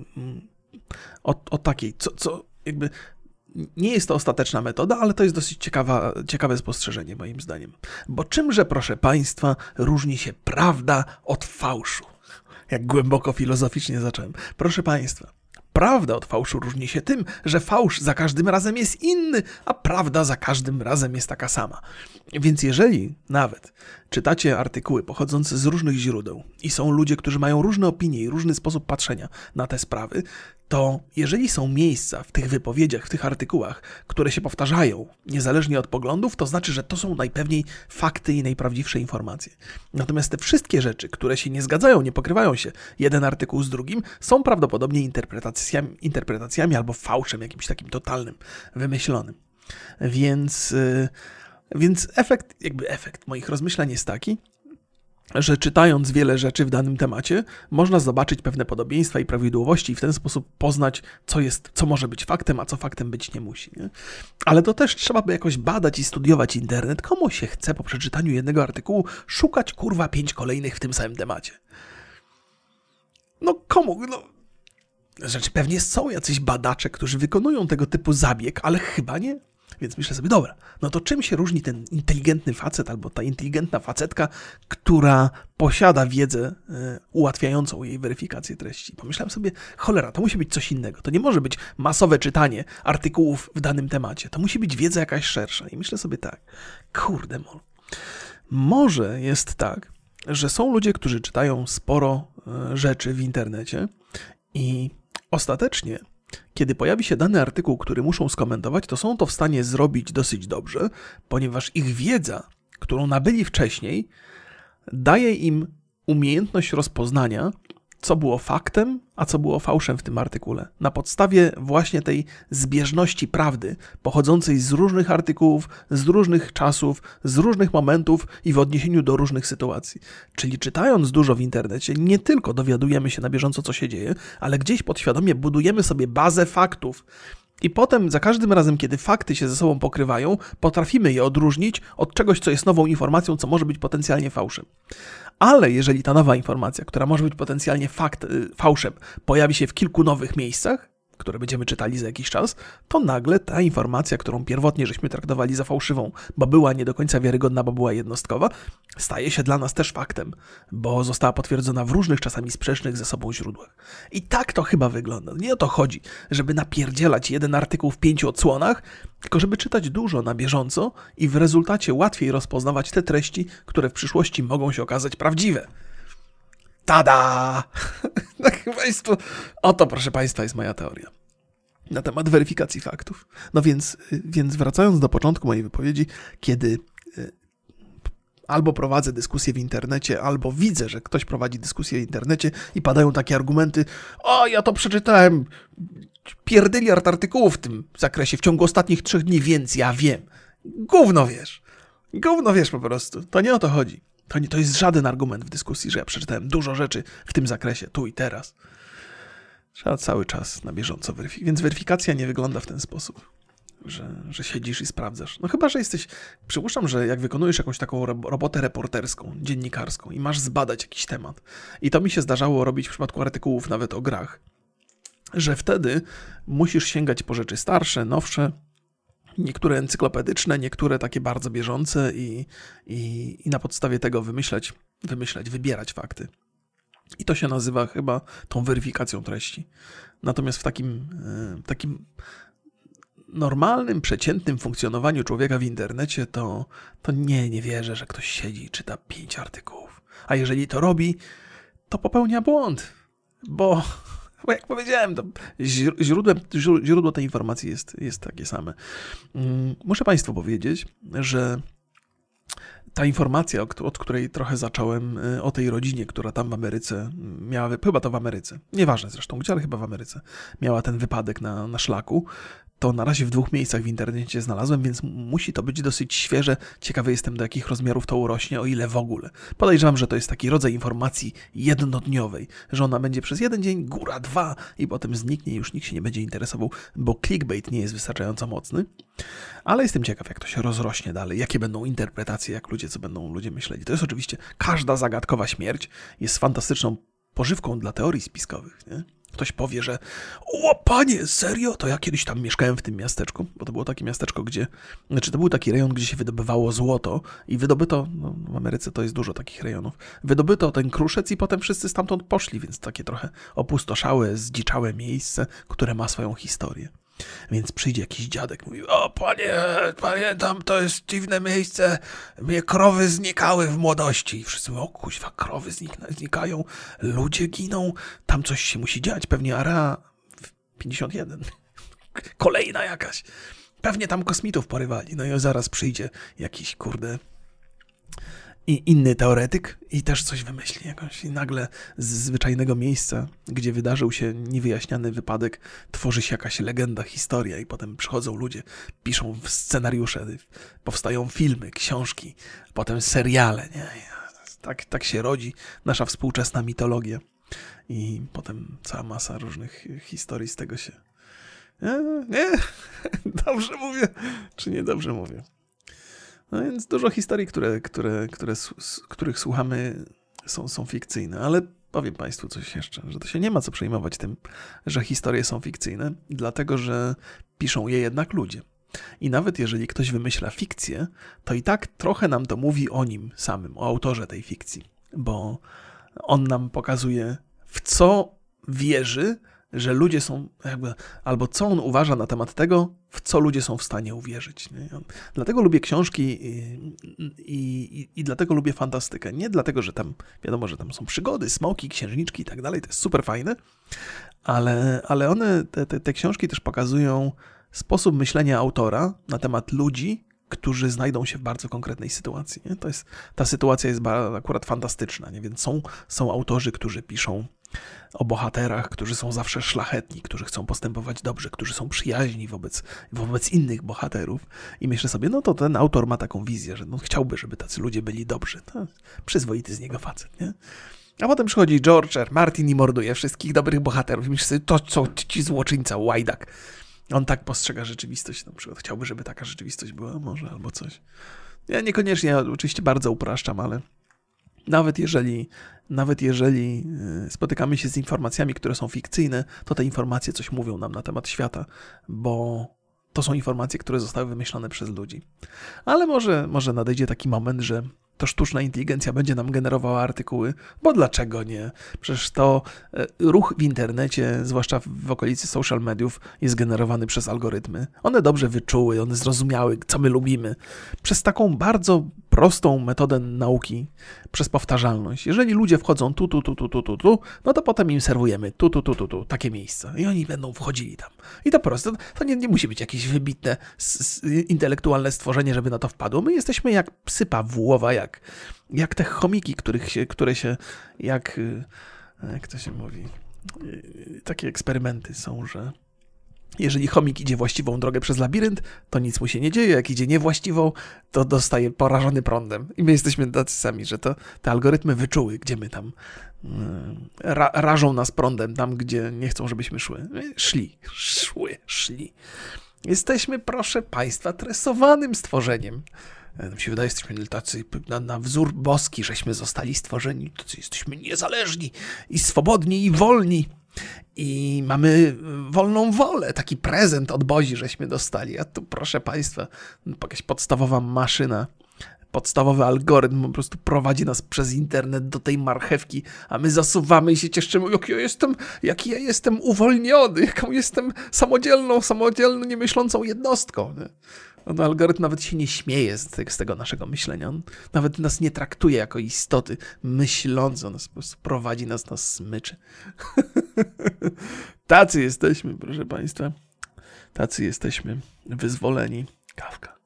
o takiej, co jakby nie jest to ostateczna metoda, ale to jest dosyć ciekawe spostrzeżenie moim zdaniem. Bo czymże, proszę państwa, różni się prawda od fałszu? Jak głęboko filozoficznie zacząłem. Proszę państwa, prawda od fałszu różni się tym, że fałsz za każdym razem jest inny, a prawda za każdym razem jest taka sama. Więc jeżeli nawet czytacie artykuły pochodzące z różnych źródeł i są ludzie, którzy mają różne opinie i różny sposób patrzenia na te sprawy, to jeżeli są miejsca w tych wypowiedziach, w tych artykułach, które się powtarzają niezależnie od poglądów, to znaczy, że to są najpewniej fakty i najprawdziwsze informacje. Natomiast te wszystkie rzeczy, które się nie zgadzają, nie pokrywają się jeden artykuł z drugim, są prawdopodobnie interpretacjami albo fałszem jakimś takim totalnym, wymyślonym. Więc efekt moich rozmyślań jest taki, że czytając wiele rzeczy w danym temacie, można zobaczyć pewne podobieństwa i prawidłowości i w ten sposób poznać, co może być faktem, a co faktem być nie musi. Nie? Ale to też trzeba by jakoś badać i studiować internet. Komu się chce po przeczytaniu jednego artykułu szukać 5 kolejnych w tym samym temacie? Komu? Rzeczy pewnie są jacyś badacze, którzy wykonują tego typu zabieg, ale chyba nie. Więc myślę sobie, dobra, to czym się różni ten inteligentny facet albo ta inteligentna facetka, która posiada wiedzę ułatwiającą jej weryfikację treści? Pomyślałem sobie, cholera, to musi być coś innego. To nie może być masowe czytanie artykułów w danym temacie. To musi być wiedza jakaś szersza. I myślę sobie tak, może jest tak, że są ludzie, którzy czytają sporo rzeczy w internecie i ostatecznie kiedy pojawi się dany artykuł, który muszą skomentować, to są to w stanie zrobić dosyć dobrze, ponieważ ich wiedza, którą nabyli wcześniej, daje im umiejętność rozpoznania, co było faktem, a co było fałszem w tym artykule. Na podstawie właśnie tej zbieżności prawdy, pochodzącej z różnych artykułów, z różnych czasów, z różnych momentów i w odniesieniu do różnych sytuacji. Czyli czytając dużo w internecie, nie tylko dowiadujemy się na bieżąco, co się dzieje, ale gdzieś podświadomie budujemy sobie bazę faktów. I potem za każdym razem, kiedy fakty się ze sobą pokrywają, potrafimy je odróżnić od czegoś, co jest nową informacją, co może być potencjalnie fałszem. Ale jeżeli ta nowa informacja, która może być potencjalnie fałszem, pojawi się w kilku nowych miejscach, które będziemy czytali za jakiś czas, to nagle ta informacja, którą pierwotnie żeśmy traktowali za fałszywą, bo była nie do końca wiarygodna, bo była jednostkowa, staje się dla nas też faktem, bo została potwierdzona w różnych, czasami sprzecznych ze sobą źródłach. I tak to chyba wygląda. Nie o to chodzi, żeby napierdzielać jeden artykuł w 5 odsłonach, tylko żeby czytać dużo na bieżąco i w rezultacie łatwiej rozpoznawać te treści, które w przyszłości mogą się okazać prawdziwe. Tada! Tak, państwo, oto, proszę Państwa, jest moja teoria na temat weryfikacji faktów. No więc wracając do początku mojej wypowiedzi, kiedy albo prowadzę dyskusję w internecie, albo widzę, że ktoś prowadzi dyskusję w internecie i padają takie argumenty: o, ja to przeczytałem pierdyliard artykułów w tym zakresie w ciągu ostatnich 3 dni, więc ja wiem. Gówno wiesz po prostu. To nie o to chodzi. To jest żaden argument w dyskusji, że ja przeczytałem dużo rzeczy w tym zakresie, tu i teraz. Trzeba cały czas na bieżąco weryfikować. Więc weryfikacja nie wygląda w ten sposób, że siedzisz i sprawdzasz. No chyba, że przypuszczam, że jak wykonujesz jakąś taką robotę reporterską, dziennikarską i masz zbadać jakiś temat. I to mi się zdarzało robić w przypadku artykułów nawet o grach, że wtedy musisz sięgać po rzeczy starsze, nowsze, niektóre encyklopedyczne, niektóre takie bardzo bieżące i na podstawie tego wybierać fakty. I to się nazywa chyba tą weryfikacją treści. Natomiast w takim normalnym, przeciętnym funkcjonowaniu człowieka w internecie to nie wierzę, że ktoś siedzi i czyta 5 artykułów. A jeżeli to robi, to popełnia błąd, bo jak powiedziałem, to źródło tej informacji jest takie same. Muszę Państwu powiedzieć, że ta informacja, od której trochę zacząłem, o tej rodzinie, która tam w Ameryce miała, chyba to w Ameryce, nieważne zresztą gdzie, ale chyba w Ameryce, miała ten wypadek na szlaku, to na razie w 2 miejscach w internecie znalazłem, więc musi to być dosyć świeże. Ciekawy jestem, do jakich rozmiarów to urośnie, o ile w ogóle. Podejrzewam, że to jest taki rodzaj informacji jednodniowej, że ona będzie przez 1 dzień, góra 2 i potem zniknie i już nikt się nie będzie interesował, bo clickbait nie jest wystarczająco mocny. Ale jestem ciekaw, jak to się rozrośnie dalej, jakie będą interpretacje, co będą ludzie myśleli. To jest oczywiście, każda zagadkowa śmierć jest fantastyczną pożywką dla teorii spiskowych, nie? Ktoś powie, że o panie, serio? To ja kiedyś tam mieszkałem w tym miasteczku, bo to było takie miasteczko, to był taki rejon, gdzie się wydobywało złoto i wydobyto, w Ameryce to jest dużo takich rejonów, wydobyto ten kruszec i potem wszyscy stamtąd poszli, więc takie trochę opustoszałe, zdziczałe miejsce, które ma swoją historię. Więc przyjdzie jakiś dziadek, mówi: o panie, tam to jest dziwne miejsce, mnie krowy znikały w młodości. I wszyscy mówią: o kuźwa, krowy znikają, ludzie giną, tam coś się musi dziać, pewnie Area 51, kolejna jakaś, pewnie tam kosmitów porywali. No i zaraz przyjdzie jakiś i inny teoretyk i też coś wymyśli jakąś i nagle z zwyczajnego miejsca, gdzie wydarzył się niewyjaśniany wypadek, tworzy się jakaś legenda, historia i potem przychodzą ludzie, piszą scenariusze, powstają filmy, książki, potem seriale, nie? Tak się rodzi nasza współczesna mitologia i potem cała masa różnych historii z tego się... Nie? Dobrze mówię? Czy nie dobrze mówię? No więc dużo historii, których słuchamy, są fikcyjne, ale powiem Państwu coś jeszcze, że to się nie ma co przejmować tym, że historie są fikcyjne, dlatego że piszą je jednak ludzie. I nawet jeżeli ktoś wymyśla fikcję, to i tak trochę nam to mówi o nim samym, o autorze tej fikcji, bo on nam pokazuje, w co wierzy, że ludzie są albo co on uważa na temat tego, w co ludzie są w stanie uwierzyć. Nie? Dlatego lubię książki i dlatego lubię fantastykę. Nie dlatego, że tam, wiadomo, że tam są przygody, smoki, księżniczki i tak dalej, to jest super fajne, ale one, te książki też pokazują sposób myślenia autora na temat ludzi, którzy znajdą się w bardzo konkretnej sytuacji. Nie? Ta sytuacja jest akurat fantastyczna, nie? Więc są autorzy, którzy piszą o bohaterach, którzy są zawsze szlachetni, którzy chcą postępować dobrze, którzy są przyjaźni wobec innych bohaterów. I myślę sobie, no to ten autor ma taką wizję, że no chciałby, żeby tacy ludzie byli dobrzy. To przyzwoity z niego facet, nie? A potem przychodzi George R. Martin i morduje wszystkich dobrych bohaterów. I myślę sobie, to co ci złoczyńca, łajdak. On tak postrzega rzeczywistość, na przykład chciałby, żeby taka rzeczywistość była, może, albo coś. Ja niekoniecznie, ja oczywiście bardzo upraszczam, ale nawet jeżeli spotykamy się z informacjami, które są fikcyjne, to te informacje coś mówią nam na temat świata, bo to są informacje, które zostały wymyślone przez ludzi. Ale może nadejdzie taki moment, że to sztuczna inteligencja będzie nam generowała artykuły, bo dlaczego nie? Przecież to ruch w internecie, zwłaszcza w okolicy social mediów, jest generowany przez algorytmy. One dobrze wyczuły, one zrozumiały, co my lubimy. Przez taką bardzo prostą metodę nauki, przez powtarzalność. Jeżeli ludzie wchodzą tu, no to potem im serwujemy tu, takie miejsca. I oni będą wchodzili tam. I to proste. To nie musi być jakieś wybitne, intelektualne stworzenie, żeby na to wpadło. My jesteśmy jak psy Pawłowa, jak te chomiki, które się, jak to się mówi, takie eksperymenty są, że jeżeli chomik idzie właściwą drogę przez labirynt, to nic mu się nie dzieje. Jak idzie niewłaściwą, to dostaje porażony prądem. I my jesteśmy tacy sami, że te algorytmy wyczuły, gdzie my tam rażą nas prądem, tam gdzie nie chcą, żebyśmy szły. Szli. Jesteśmy, proszę Państwa, tresowanym stworzeniem. Nam się wydaje, jesteśmy tacy na wzór boski, żeśmy zostali stworzeni. Tacy jesteśmy niezależni i swobodni i wolni. I mamy wolną wolę, taki prezent od Bozi żeśmy dostali. A tu, proszę Państwa, jakaś podstawowa maszyna, podstawowy algorytm po prostu prowadzi nas przez internet do tej marchewki, a my zasuwamy i się cieszymy, jaki ja jestem uwolniony, jaką jestem samodzielną, niemyślącą jednostką. Nie? No, algorytm nawet się nie śmieje z tego naszego myślenia. On nawet nas nie traktuje jako istoty myślące. On po prostu prowadzi nas na smyczy. Tacy jesteśmy, proszę Państwa. Tacy jesteśmy wyzwoleni. Kawka.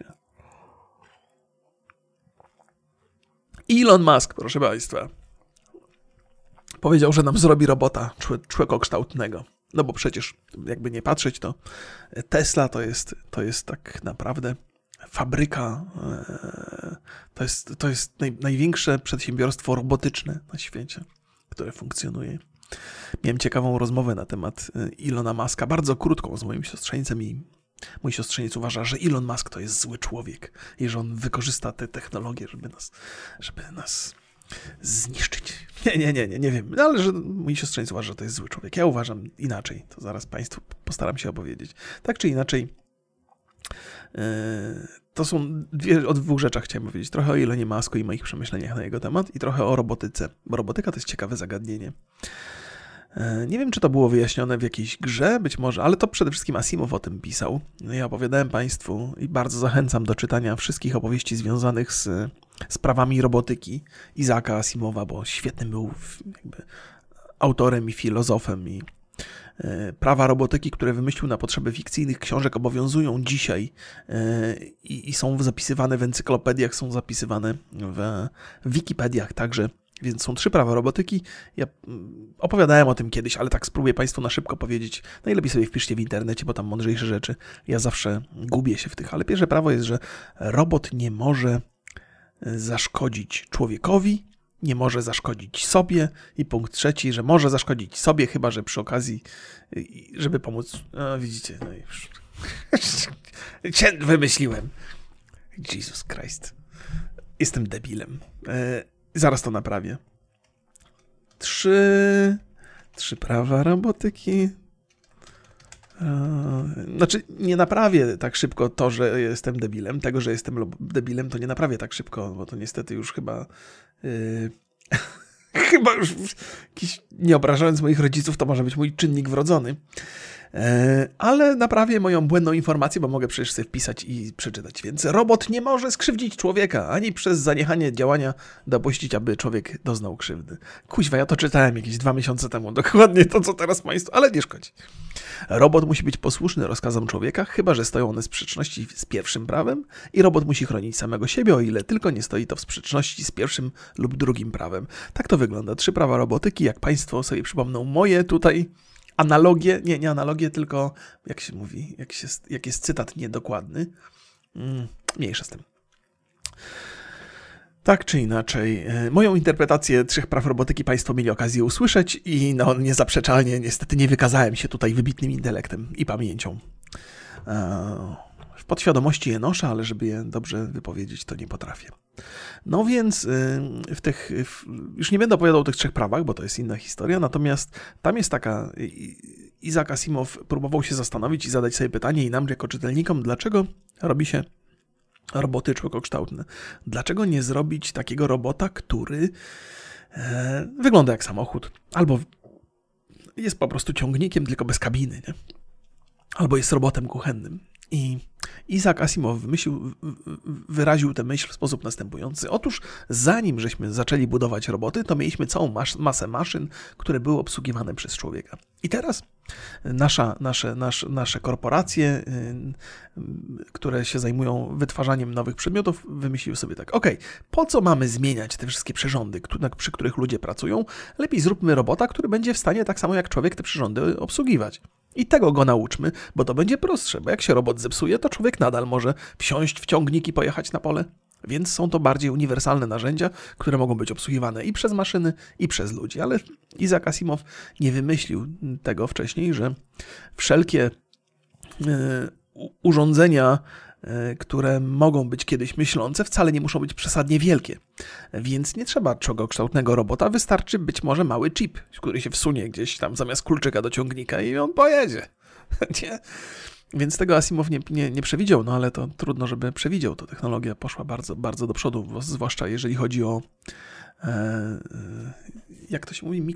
Elon Musk, proszę Państwa, powiedział, że nam zrobi robota człowiekokształtnego. No bo przecież, jakby nie patrzeć, to Tesla to jest tak naprawdę fabryka, to jest największe przedsiębiorstwo robotyczne na świecie, które funkcjonuje. Miałem ciekawą rozmowę na temat Elona Muska, bardzo krótką z moim siostrzeńcem i mój siostrzeniec uważa, że Elon Musk to jest zły człowiek i że on wykorzysta te technologie, żeby nas zniszczyć. Nie wiem, ale że mój siostrzeniec uważa, że to jest zły człowiek. Ja uważam inaczej. To zaraz Państwu postaram się opowiedzieć. Tak czy inaczej, to są o dwóch rzeczach chciałem powiedzieć. Trochę o Elonie Musku i moich przemyśleniach na jego temat i trochę o robotyce, bo robotyka to jest ciekawe zagadnienie. Nie wiem, czy to było wyjaśnione w jakiejś grze, być może, ale to przede wszystkim Asimov o tym pisał. Ja opowiadałem Państwu i bardzo zachęcam do czytania wszystkich opowieści związanych z sprawami robotyki Isaaca Asimowa, bo świetnym był jakby autorem i filozofem i prawa robotyki, które wymyślił na potrzeby fikcyjnych książek, obowiązują dzisiaj i są zapisywane w encyklopediach, są zapisywane w Wikipediach także. Więc są 3 prawa robotyki. Ja opowiadałem o tym kiedyś, ale tak spróbuję Państwu na szybko powiedzieć. Najlepiej sobie wpiszcie w internecie, bo tam mądrzejsze rzeczy. Ja zawsze gubię się w tych. Ale pierwsze prawo jest, że robot nie może zaszkodzić człowiekowi, nie może zaszkodzić sobie. I punkt 3, że może zaszkodzić sobie, chyba że przy okazji, żeby pomóc. Widzicie, no już. Wymyśliłem. Jesus Christ. Jestem debilem. Zaraz to naprawię. 3 prawa robotyki. Znaczy, nie naprawię tak szybko to, że jestem debilem. Tego, że jestem debilem, to nie naprawię tak szybko, bo to niestety już chyba... chyba już, nie obrażając moich rodziców, to może być mój czynnik wrodzony. Ale naprawię moją błędną informację, bo mogę przecież sobie wpisać i przeczytać. Więc robot nie może skrzywdzić człowieka, ani przez zaniechanie działania dopuścić, aby człowiek doznał krzywdy. Kuźwa, ja to czytałem jakieś 2 miesiące temu. Dokładnie to, co teraz państwo... Ale nie szkodzi. Robot musi być posłuszny rozkazom człowieka, chyba że stoją one w sprzeczności z pierwszym prawem i robot musi chronić samego siebie, o ile tylko nie stoi to w sprzeczności z pierwszym lub drugim prawem. Tak to wygląda. 3 prawa robotyki, jak państwo sobie przypomną moje tutaj analogie, nie analogie, tylko jak się mówi, jak jest cytat niedokładny. Mniejsza z tym. Tak czy inaczej, moją interpretację 3 praw robotyki państwo mieli okazję usłyszeć i no niezaprzeczalnie niestety nie wykazałem się tutaj wybitnym intelektem i pamięcią. W podświadomości je noszę, ale żeby je dobrze wypowiedzieć, to nie potrafię. No więc już nie będę opowiadał o tych 3 prawach, bo to jest inna historia, natomiast tam jest taka... Isaac Asimov próbował się zastanowić i zadać sobie pytanie i nam jako czytelnikom, dlaczego robi się roboty człowiekokształtne. Dlaczego nie zrobić takiego robota, który wygląda jak samochód, albo jest po prostu ciągnikiem, tylko bez kabiny, nie? Albo jest robotem kuchennym. I Isaac Asimov wyraził tę myśl w sposób następujący. Otóż zanim żeśmy zaczęli budować roboty, to mieliśmy całą masę maszyn, które były obsługiwane przez człowieka. I teraz nasze korporacje, które się zajmują wytwarzaniem nowych przedmiotów, wymyśliły sobie tak, po co mamy zmieniać te wszystkie przyrządy, przy których ludzie pracują? Lepiej zróbmy robota, który będzie w stanie tak samo jak człowiek te przyrządy obsługiwać. I tego go nauczmy, bo to będzie prostsze, bo jak się robot zepsuje, to człowiek nadal może wsiąść w ciągnik i pojechać na pole. Więc są to bardziej uniwersalne narzędzia, które mogą być obsługiwane i przez maszyny, i przez ludzi. Ale Isaac Asimov nie wymyślił tego wcześniej, że wszelkie urządzenia, które mogą być kiedyś myślące, wcale nie muszą być przesadnie wielkie. Więc nie trzeba człowiekokształtnego robota, wystarczy być może mały chip, który się wsunie gdzieś tam zamiast kluczyka do ciągnika i on pojedzie. Nie? Więc tego Asimov nie przewidział, no ale to trudno, żeby przewidział. To technologia poszła bardzo, bardzo do przodu, zwłaszcza jeżeli chodzi o jak to się mówi,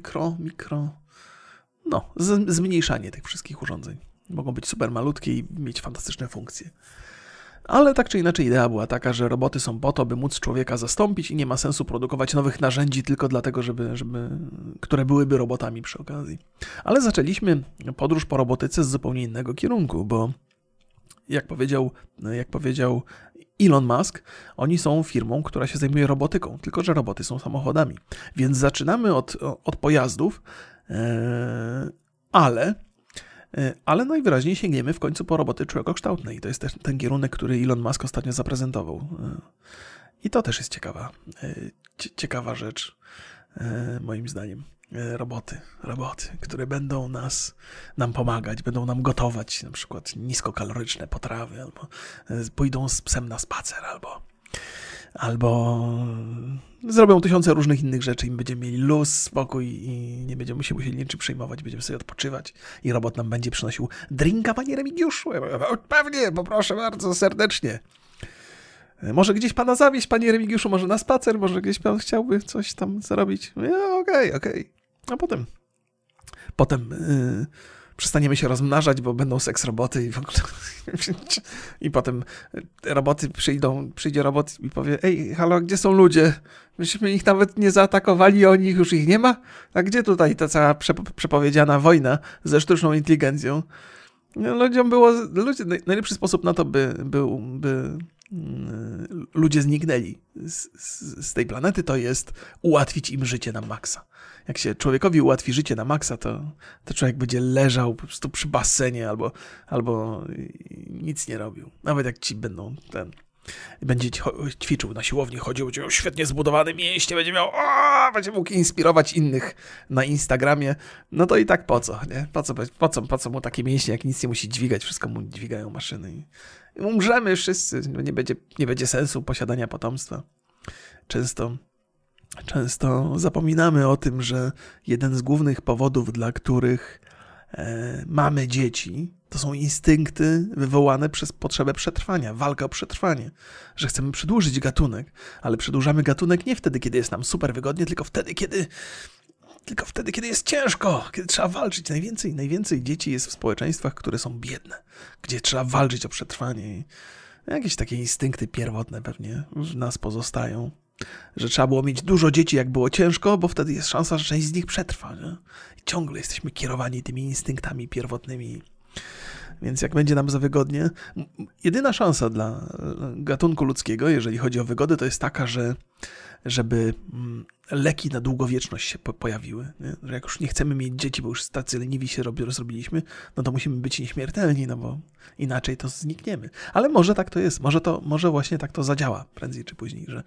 zmniejszanie tych wszystkich urządzeń. Mogą być super malutkie i mieć fantastyczne funkcje. Ale tak czy inaczej idea była taka, że roboty są po to, by móc człowieka zastąpić i nie ma sensu produkować nowych narzędzi tylko dlatego, które byłyby robotami przy okazji. Ale zaczęliśmy podróż po robotyce z zupełnie innego kierunku, bo jak powiedział Elon Musk, oni są firmą, która się zajmuje robotyką, tylko że roboty są samochodami. Więc zaczynamy od pojazdów, ale najwyraźniej sięgniemy w końcu po roboty człowiekokształtne i to jest też ten kierunek, który Elon Musk ostatnio zaprezentował. I to też jest ciekawa rzecz, moim zdaniem. Roboty, które będą nam pomagać, będą nam gotować na przykład niskokaloryczne potrawy, albo pójdą z psem na spacer, albo zrobią 1000 różnych innych rzeczy i będziemy mieli luz, spokój i nie będziemy się musieli niczym przejmować, będziemy sobie odpoczywać i robot nam będzie przynosił drinka, panie Remigiuszu. Pewnie, poproszę bardzo serdecznie. Może gdzieś pana zawieźć, panie Remigiuszu, może na spacer, może gdzieś pan chciałby coś tam zrobić. Okej. A potem przestaniemy się rozmnażać, bo będą seks roboty i w ogóle. I potem przyjdzie robot i powie: ej, halo, gdzie są ludzie? Myśmy ich nawet nie zaatakowali, oni już ich nie ma? A gdzie tutaj ta cała przepowiedziana wojna ze sztuczną inteligencją? Najlepszy sposób na to by ludzie zniknęli z tej planety, to jest ułatwić im życie na maksa. Jak się człowiekowi ułatwi życie na maksa, to człowiek będzie leżał po prostu przy basenie albo nic nie robił. Nawet jak ci będzie ćwiczył na siłowni, chodził, będzie miał świetnie zbudowane mięśnie, będzie mógł inspirować innych na Instagramie, no to i tak po co, nie? Po co mu takie mięśnie, jak nic nie musi dźwigać, wszystko mu dźwigają maszyny. I umrzemy wszyscy, nie będzie sensu posiadania potomstwa. Często zapominamy o tym, że jeden z głównych powodów, dla których mamy dzieci, to są instynkty wywołane przez potrzebę przetrwania, walkę o przetrwanie. Że chcemy przedłużyć gatunek, ale przedłużamy gatunek nie wtedy, kiedy jest nam super wygodnie, tylko wtedy, kiedy Tylko wtedy, kiedy jest ciężko, kiedy trzeba walczyć. Najwięcej dzieci jest w społeczeństwach, które są biedne, gdzie trzeba walczyć o przetrwanie. I jakieś takie instynkty pierwotne pewnie w nas pozostają. Że trzeba było mieć dużo dzieci, jak było ciężko, bo wtedy jest szansa, że część z nich przetrwa. Nie? I ciągle jesteśmy kierowani tymi instynktami pierwotnymi. Więc jak będzie nam za wygodnie, jedyna szansa dla gatunku ludzkiego, jeżeli chodzi o wygodę, to jest taka, żeby leki na długowieczność się pojawiły. Nie? Że jak już nie chcemy mieć dzieci, bo już tacy leniwi się zrobiliśmy, no to musimy być nieśmiertelni, no bo inaczej to znikniemy. Ale może tak to jest, może właśnie tak to zadziała prędzej czy później, że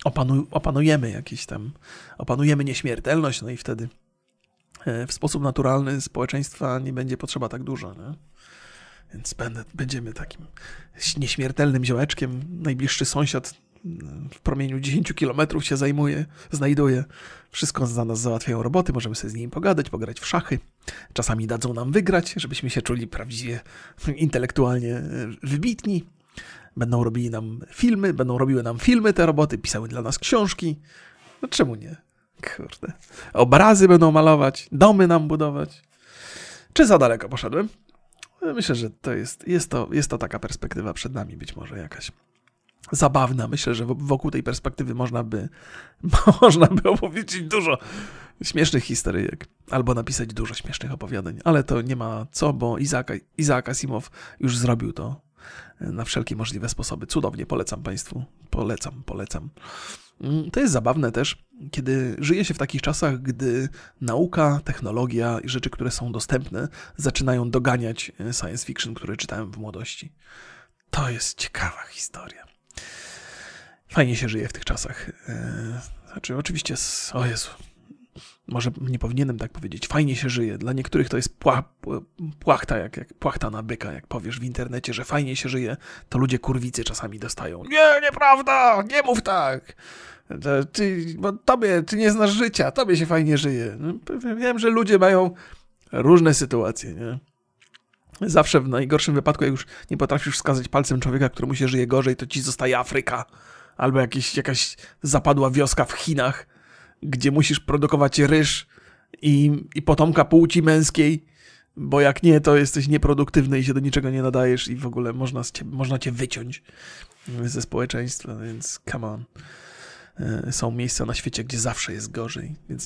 opanujemy nieśmiertelność, no i wtedy w sposób naturalny społeczeństwa nie będzie potrzeba tak dużo, nie? Więc będziemy takim nieśmiertelnym ziołeczkiem. Najbliższy sąsiad w promieniu 10 kilometrów się znajduje. Wszystko za nas załatwiają roboty, możemy sobie z nimi pogadać, pograć w szachy. Czasami dadzą nam wygrać, żebyśmy się czuli prawdziwie intelektualnie wybitni. Będą robiły nam filmy te roboty, pisały dla nas książki. No czemu nie? Kurde. Obrazy będą malować, domy nam budować. Czy za daleko poszedłem? Myślę, że to jest to taka perspektywa przed nami, być może jakaś zabawna. Myślę, że wokół tej perspektywy można by opowiedzieć dużo śmiesznych historyjek albo napisać dużo śmiesznych opowiadań, ale to nie ma co, bo Isaac Asimov już zrobił to na wszelkie możliwe sposoby. Cudownie, polecam Państwu. Polecam. To jest zabawne też, kiedy żyje się w takich czasach, gdy nauka, technologia i rzeczy, które są dostępne, zaczynają doganiać science fiction, które czytałem w młodości. To jest ciekawa historia. Fajnie się żyje w tych czasach. Znaczy, oczywiście, o Jezu, może nie powinienem tak powiedzieć, fajnie się żyje. Dla niektórych to jest płachta, jak płachta na byka, jak powiesz w internecie, że fajnie się żyje, to ludzie kurwicy czasami dostają. Nie, nieprawda, nie mów tak. Ty nie znasz życia, tobie się fajnie żyje. Wiem, że ludzie mają różne sytuacje, nie? Zawsze w najgorszym wypadku, jak już nie potrafisz wskazać palcem człowieka, któremu się żyje gorzej, to ci zostaje Afryka albo jakaś zapadła wioska w Chinach, gdzie musisz produkować ryż i potomka płci męskiej, bo jak nie, to jesteś nieproduktywny i się do niczego nie nadajesz i w ogóle można cię wyciąć ze społeczeństwa, więc come on. Są miejsca na świecie, gdzie zawsze jest gorzej, więc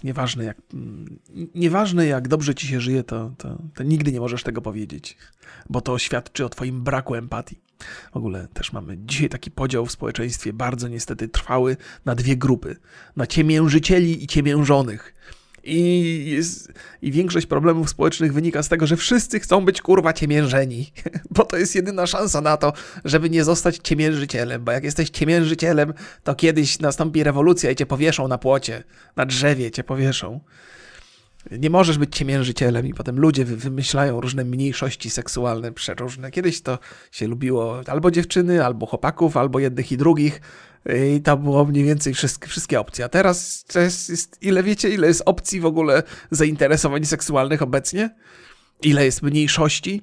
nieważne jak dobrze ci się żyje, to nigdy nie możesz tego powiedzieć, bo to świadczy o twoim braku empatii. W ogóle też mamy dzisiaj taki podział w społeczeństwie, bardzo niestety trwały, na dwie grupy. Na ciemiężycieli i ciemiężonych. I większość problemów społecznych wynika z tego, że wszyscy chcą być kurwa ciemiężeni, bo to jest jedyna szansa na to, żeby nie zostać ciemiężycielem, bo jak jesteś ciemiężycielem, to kiedyś nastąpi rewolucja i cię powieszą na płocie, na drzewie cię powieszą. Nie możesz być ciemiężycielem i potem ludzie wymyślają różne mniejszości seksualne przeróżne. Kiedyś to się lubiło albo dziewczyny, albo chłopaków, albo jednych i drugich i to było mniej więcej wszystkie opcje. A teraz jest, ile jest opcji w ogóle zainteresowań seksualnych obecnie? Ile jest mniejszości?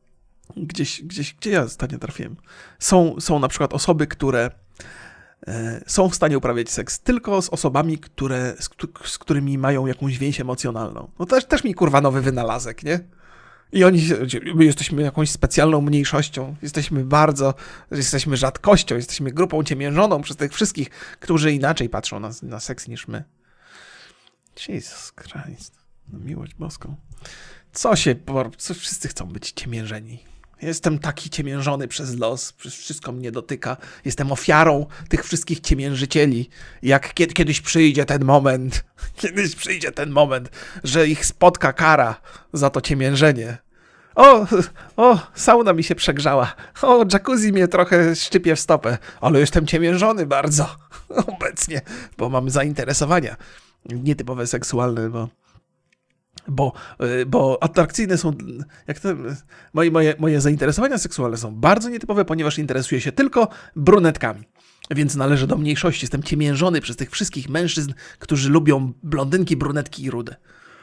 Gdzie ja ostatnio trafiłem? Są na przykład osoby, które są w stanie uprawiać seks tylko z osobami, z którymi mają jakąś więź emocjonalną. No też mi kurwa nowy wynalazek, nie? I my jesteśmy jakąś specjalną mniejszością, jesteśmy rzadkością, jesteśmy grupą ciemiężoną przez tych wszystkich, którzy inaczej patrzą na seks niż my. Jesus Christ, no miłość boską. Co wszyscy chcą być ciemiężeni. Jestem taki ciemiężony przez los, wszystko mnie dotyka. Jestem ofiarą tych wszystkich ciemiężycieli. Jak kiedyś przyjdzie ten moment, że ich spotka kara za to ciemiężenie. O, sauna mi się przegrzała. O, jacuzzi mnie trochę szczypie w stopę. Ale jestem ciemiężony bardzo obecnie, bo mam zainteresowania nietypowe seksualne, bo atrakcyjne są, moje zainteresowania seksualne są bardzo nietypowe, ponieważ interesuję się tylko brunetkami. Więc należę do mniejszości. Jestem ciemiężony przez tych wszystkich mężczyzn, którzy lubią blondynki, brunetki i rude.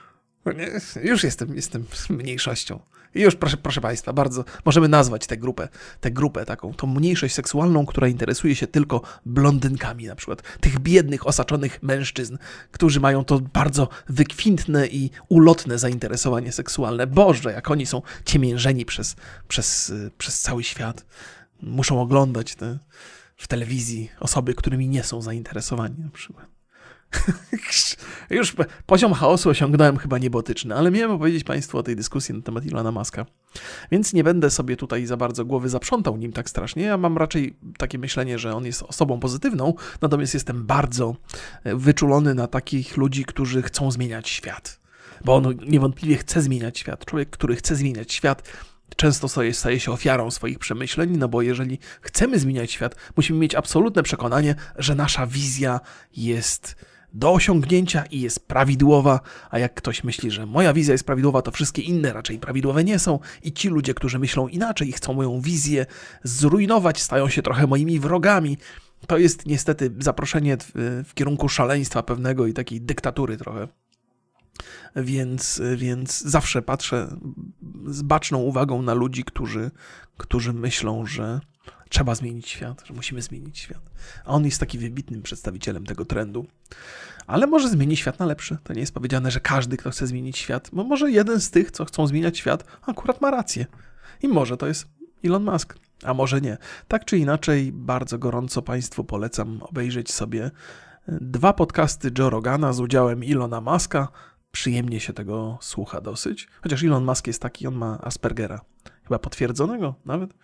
Już jestem mniejszością. I już, proszę Państwa, bardzo możemy nazwać tę grupę taką, tą mniejszość seksualną, która interesuje się tylko blondynkami na przykład. Tych biednych, osaczonych mężczyzn, którzy mają to bardzo wykwintne i ulotne zainteresowanie seksualne. Boże, jak oni są ciemiężeni przez cały świat. Muszą oglądać w telewizji osoby, którymi nie są zainteresowani na przykład. Już poziom chaosu osiągnąłem chyba niebotyczny, ale miałem opowiedzieć Państwu o tej dyskusji na temat Ilona Muska. Więc nie będę sobie tutaj za bardzo głowy zaprzątał nim tak strasznie. Ja mam raczej takie myślenie, że on jest osobą pozytywną, natomiast jestem bardzo wyczulony na takich ludzi, którzy chcą zmieniać świat. Bo on niewątpliwie chce zmieniać świat. Człowiek, który chce zmieniać świat, często staje się ofiarą swoich przemyśleń, no bo jeżeli chcemy zmieniać świat, musimy mieć absolutne przekonanie, że nasza wizja jest do osiągnięcia i jest prawidłowa, a jak ktoś myśli, że moja wizja jest prawidłowa, to wszystkie inne raczej prawidłowe nie są i ci ludzie, którzy myślą inaczej i chcą moją wizję zrujnować, stają się trochę moimi wrogami. To jest niestety zaproszenie w kierunku szaleństwa pewnego i takiej dyktatury trochę. Więc zawsze patrzę z baczną uwagą na ludzi, którzy myślą, że trzeba zmienić świat, że musimy zmienić świat. A on jest taki wybitnym przedstawicielem tego trendu. Ale może zmieni świat na lepszy. To nie jest powiedziane, że każdy, kto chce zmienić świat, bo może jeden z tych, co chcą zmieniać świat, akurat ma rację. I może to jest Elon Musk, a może nie. Tak czy inaczej, bardzo gorąco Państwu polecam obejrzeć sobie 2 podcasty Joe Rogana z udziałem Elona Muska. Przyjemnie się tego słucha dosyć. Chociaż Elon Musk jest taki, on ma Aspergera. Chyba potwierdzonego nawet.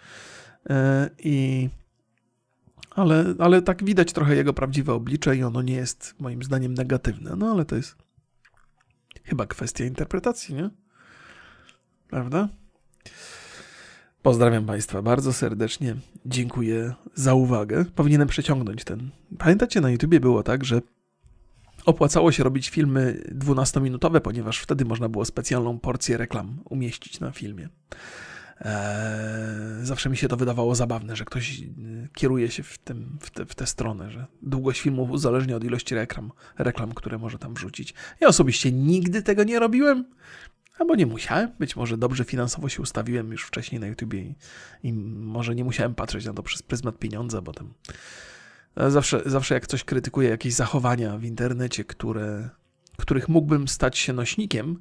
Ale tak widać trochę jego prawdziwe oblicze i ono nie jest moim zdaniem negatywne. No ale to jest chyba kwestia interpretacji, nie? Prawda? Pozdrawiam Państwa bardzo serdecznie. Dziękuję za uwagę. Powinienem przeciągnąć ten. Pamiętacie, na YouTubie było tak, że opłacało się robić filmy 12-minutowe, ponieważ wtedy można było specjalną porcję reklam umieścić na filmie. Zawsze mi się to wydawało zabawne, że ktoś kieruje się w tę stronę, że długość filmu uzależnia od ilości reklam, które może tam wrzucić. Ja osobiście nigdy tego nie robiłem, albo nie musiałem. Być może dobrze finansowo się ustawiłem już wcześniej na YouTubie i może nie musiałem patrzeć na to przez pryzmat pieniądza, bo tam zawsze jak ktoś krytykuje jakieś zachowania w internecie, których mógłbym stać się nośnikiem,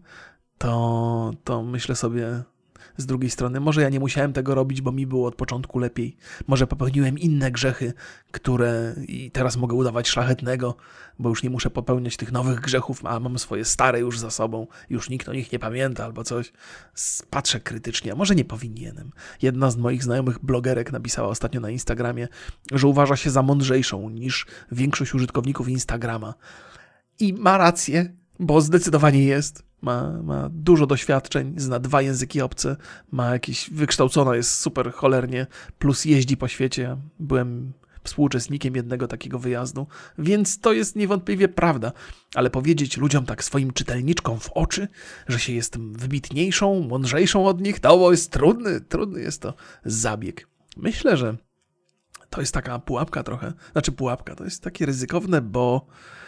to myślę sobie z drugiej strony, może ja nie musiałem tego robić, bo mi było od początku lepiej. Może popełniłem inne grzechy, które i teraz mogę udawać szlachetnego, bo już nie muszę popełniać tych nowych grzechów, a mam swoje stare już za sobą, już nikt o nich nie pamięta albo coś. Patrzę krytycznie, a może nie powinienem. Jedna z moich znajomych blogerek napisała ostatnio na Instagramie, że uważa się za mądrzejszą niż większość użytkowników Instagrama. I ma rację, bo zdecydowanie jest. Ma dużo doświadczeń, zna 2 języki obce, wykształcona jest super cholernie, plus jeździ po świecie. Ja byłem współuczestnikiem jednego takiego wyjazdu, więc to jest niewątpliwie prawda. Ale powiedzieć ludziom tak, swoim czytelniczkom w oczy, że się jestem wybitniejszą, mądrzejszą od nich, to jest trudny jest to zabieg. Myślę, że to jest taka pułapka trochę, to jest takie ryzykowne, bo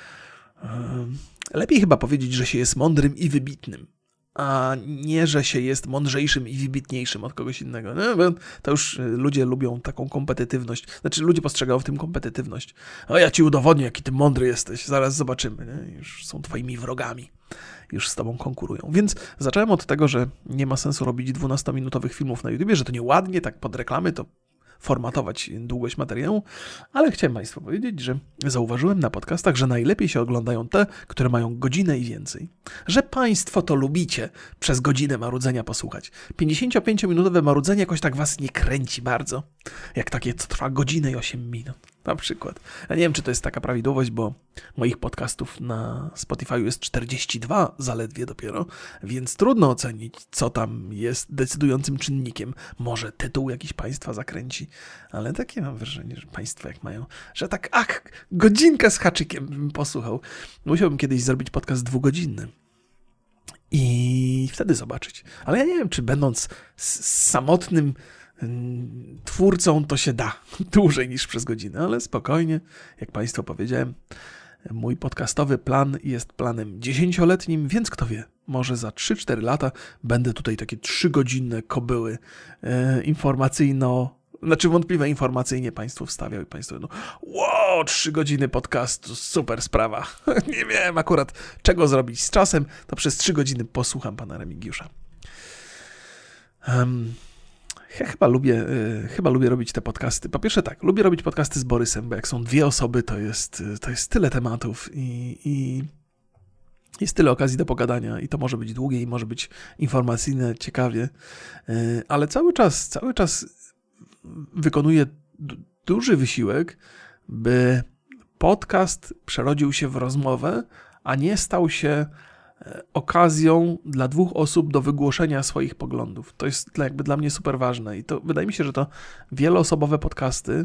lepiej chyba powiedzieć, że się jest mądrym i wybitnym, a nie, że się jest mądrzejszym i wybitniejszym od kogoś innego. No, bo to już ludzie lubią taką kompetytywność. Ludzie postrzegają w tym kompetytywność. O, ja ci udowodnię, jaki ty mądry jesteś. Zaraz zobaczymy. Nie? Już są twoimi wrogami. Już z tobą konkurują. Więc zacząłem od tego, że nie ma sensu robić 12-minutowych filmów na YouTubie, że to nieładnie, tak pod reklamy to formatować długość materiału, ale chciałem Państwu powiedzieć, że zauważyłem na podcastach, że najlepiej się oglądają te, które mają godzinę i więcej. Że Państwo to lubicie przez godzinę marudzenia posłuchać. 55-minutowe marudzenie jakoś tak Was nie kręci bardzo, jak takie, co trwa godzinę i 8 minut. Na przykład. Ja nie wiem, czy to jest taka prawidłowość, bo moich podcastów na Spotify jest 42 zaledwie dopiero, więc trudno ocenić, co tam jest decydującym czynnikiem. Może tytuł jakiś Państwa zakręci, ale takie mam wrażenie, że Państwo jak mają, że tak, godzinkę z haczykiem bym posłuchał. Musiałbym kiedyś zrobić podcast 2-godzinny. I wtedy zobaczyć. Ale ja nie wiem, czy będąc samotnym twórcą to się da dłużej niż przez godzinę, ale spokojnie, jak Państwu powiedziałem, Mój podcastowy plan jest planem 10-letnim, więc kto wie, może za 3-4 lata będę tutaj takie 3-godzinne kobyły wątpliwe informacyjnie Państwu wstawiał i Państwo wow, 3 godziny podcastu, super sprawa. Nie wiem akurat czego zrobić z czasem, to przez 3 godziny posłucham pana Remigiusza. Ja chyba lubię robić te podcasty. Po pierwsze tak, lubię robić podcasty z Borysem, bo jak są 2 osoby, to jest tyle tematów i jest tyle okazji do pogadania i to może być długie i może być informacyjne, ciekawie, ale cały czas wykonuję duży wysiłek, by podcast przerodził się w rozmowę, a nie stał się okazją dla 2 osób do wygłoszenia swoich poglądów. To jest jakby dla mnie super ważne i to wydaje mi się, że to wieloosobowe podcasty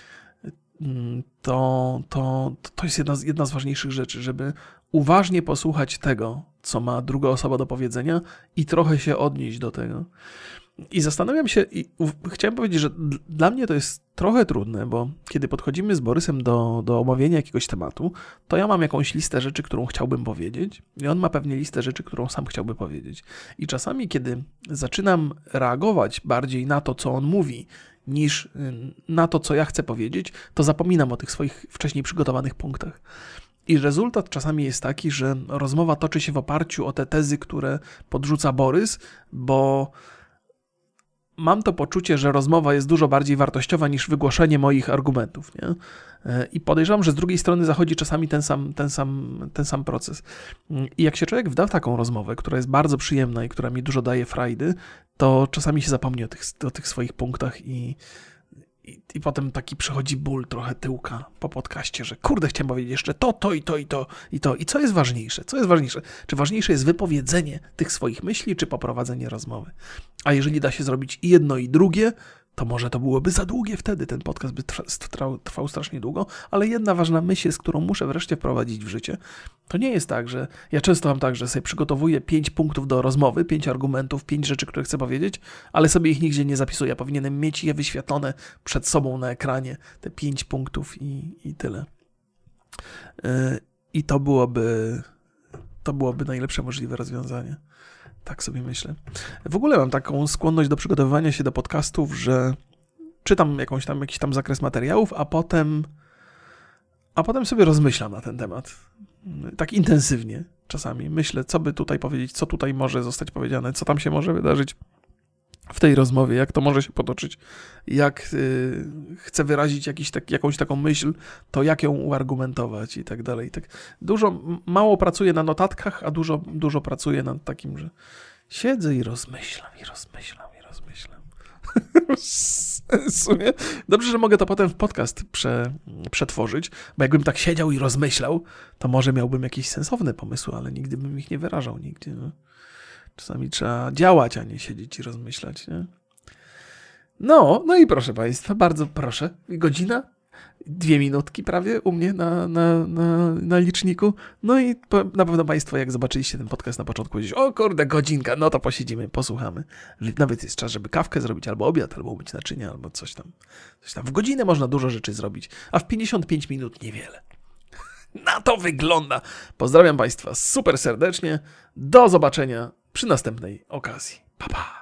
to jest jedna z ważniejszych rzeczy, żeby uważnie posłuchać tego, co ma druga osoba do powiedzenia i trochę się odnieść do tego. I zastanawiam się, i chciałem powiedzieć, że dla mnie to jest trochę trudne, bo kiedy podchodzimy z Borysem do omawiania jakiegoś tematu, to ja mam jakąś listę rzeczy, którą chciałbym powiedzieć i on ma pewnie listę rzeczy, którą sam chciałby powiedzieć. I czasami, kiedy zaczynam reagować bardziej na to, co on mówi, niż na to, co ja chcę powiedzieć, to zapominam o tych swoich wcześniej przygotowanych punktach. I rezultat czasami jest taki, że rozmowa toczy się w oparciu o te tezy, które podrzuca Borys, bo mam to poczucie, że rozmowa jest dużo bardziej wartościowa niż wygłoszenie moich argumentów, nie? I podejrzewam, że z drugiej strony zachodzi czasami ten sam proces. I jak się człowiek wda w taką rozmowę, która jest bardzo przyjemna i która mi dużo daje frajdy, to czasami się zapomni o tych swoich punktach i potem taki przychodzi ból trochę tyłka po podcaście, że kurde, chciałem powiedzieć jeszcze to i to i to i to. I co jest ważniejsze? Czy ważniejsze jest wypowiedzenie tych swoich myśli, czy poprowadzenie rozmowy? A jeżeli da się zrobić i jedno, i drugie, to może to byłoby za długie wtedy. Ten podcast by trwał strasznie długo, ale jedna ważna myśl, z którą muszę wreszcie wprowadzić w życie, to nie jest tak, że ja często mam tak, że sobie przygotowuję 5 punktów do rozmowy, 5 argumentów, 5 rzeczy, które chcę powiedzieć, ale sobie ich nigdzie nie zapisuję. Ja powinienem mieć je wyświetlone przed sobą na ekranie, te 5 punktów i tyle. I to byłoby najlepsze możliwe rozwiązanie. Tak sobie myślę. W ogóle mam taką skłonność do przygotowywania się do podcastów, że czytam jakiś tam zakres materiałów, a potem sobie rozmyślam na ten temat. Tak intensywnie czasami. Myślę, co by tutaj powiedzieć, co tutaj może zostać powiedziane, co tam się może wydarzyć w tej rozmowie, jak to może się potoczyć, jak chcę wyrazić jakąś taką myśl, to jak ją uargumentować i tak dalej. Tak mało pracuję na notatkach, a dużo pracuję nad takim, że siedzę i rozmyślam. W sumie dobrze, że mogę to potem w podcast przetworzyć, bo jakbym tak siedział i rozmyślał, to może miałbym jakieś sensowne pomysły, ale nigdy bym ich nie wyrażał nigdzie. No. Czasami trzeba działać, a nie siedzieć i rozmyślać, nie? No i proszę Państwa, bardzo proszę. Godzina, 2 minutki prawie u mnie na liczniku. No i na pewno Państwo, jak zobaczyliście ten podcast na początku, powiedzieć, o kurde, godzinka, no to posiedzimy, posłuchamy. Nawet jest czas, żeby kawkę zrobić, albo obiad, albo umyć naczynia, albo coś tam. W godzinę można dużo rzeczy zrobić, a w 55 minut niewiele. Na to wygląda. Pozdrawiam Państwa super serdecznie. Do zobaczenia przy następnej okazji. Pa, pa.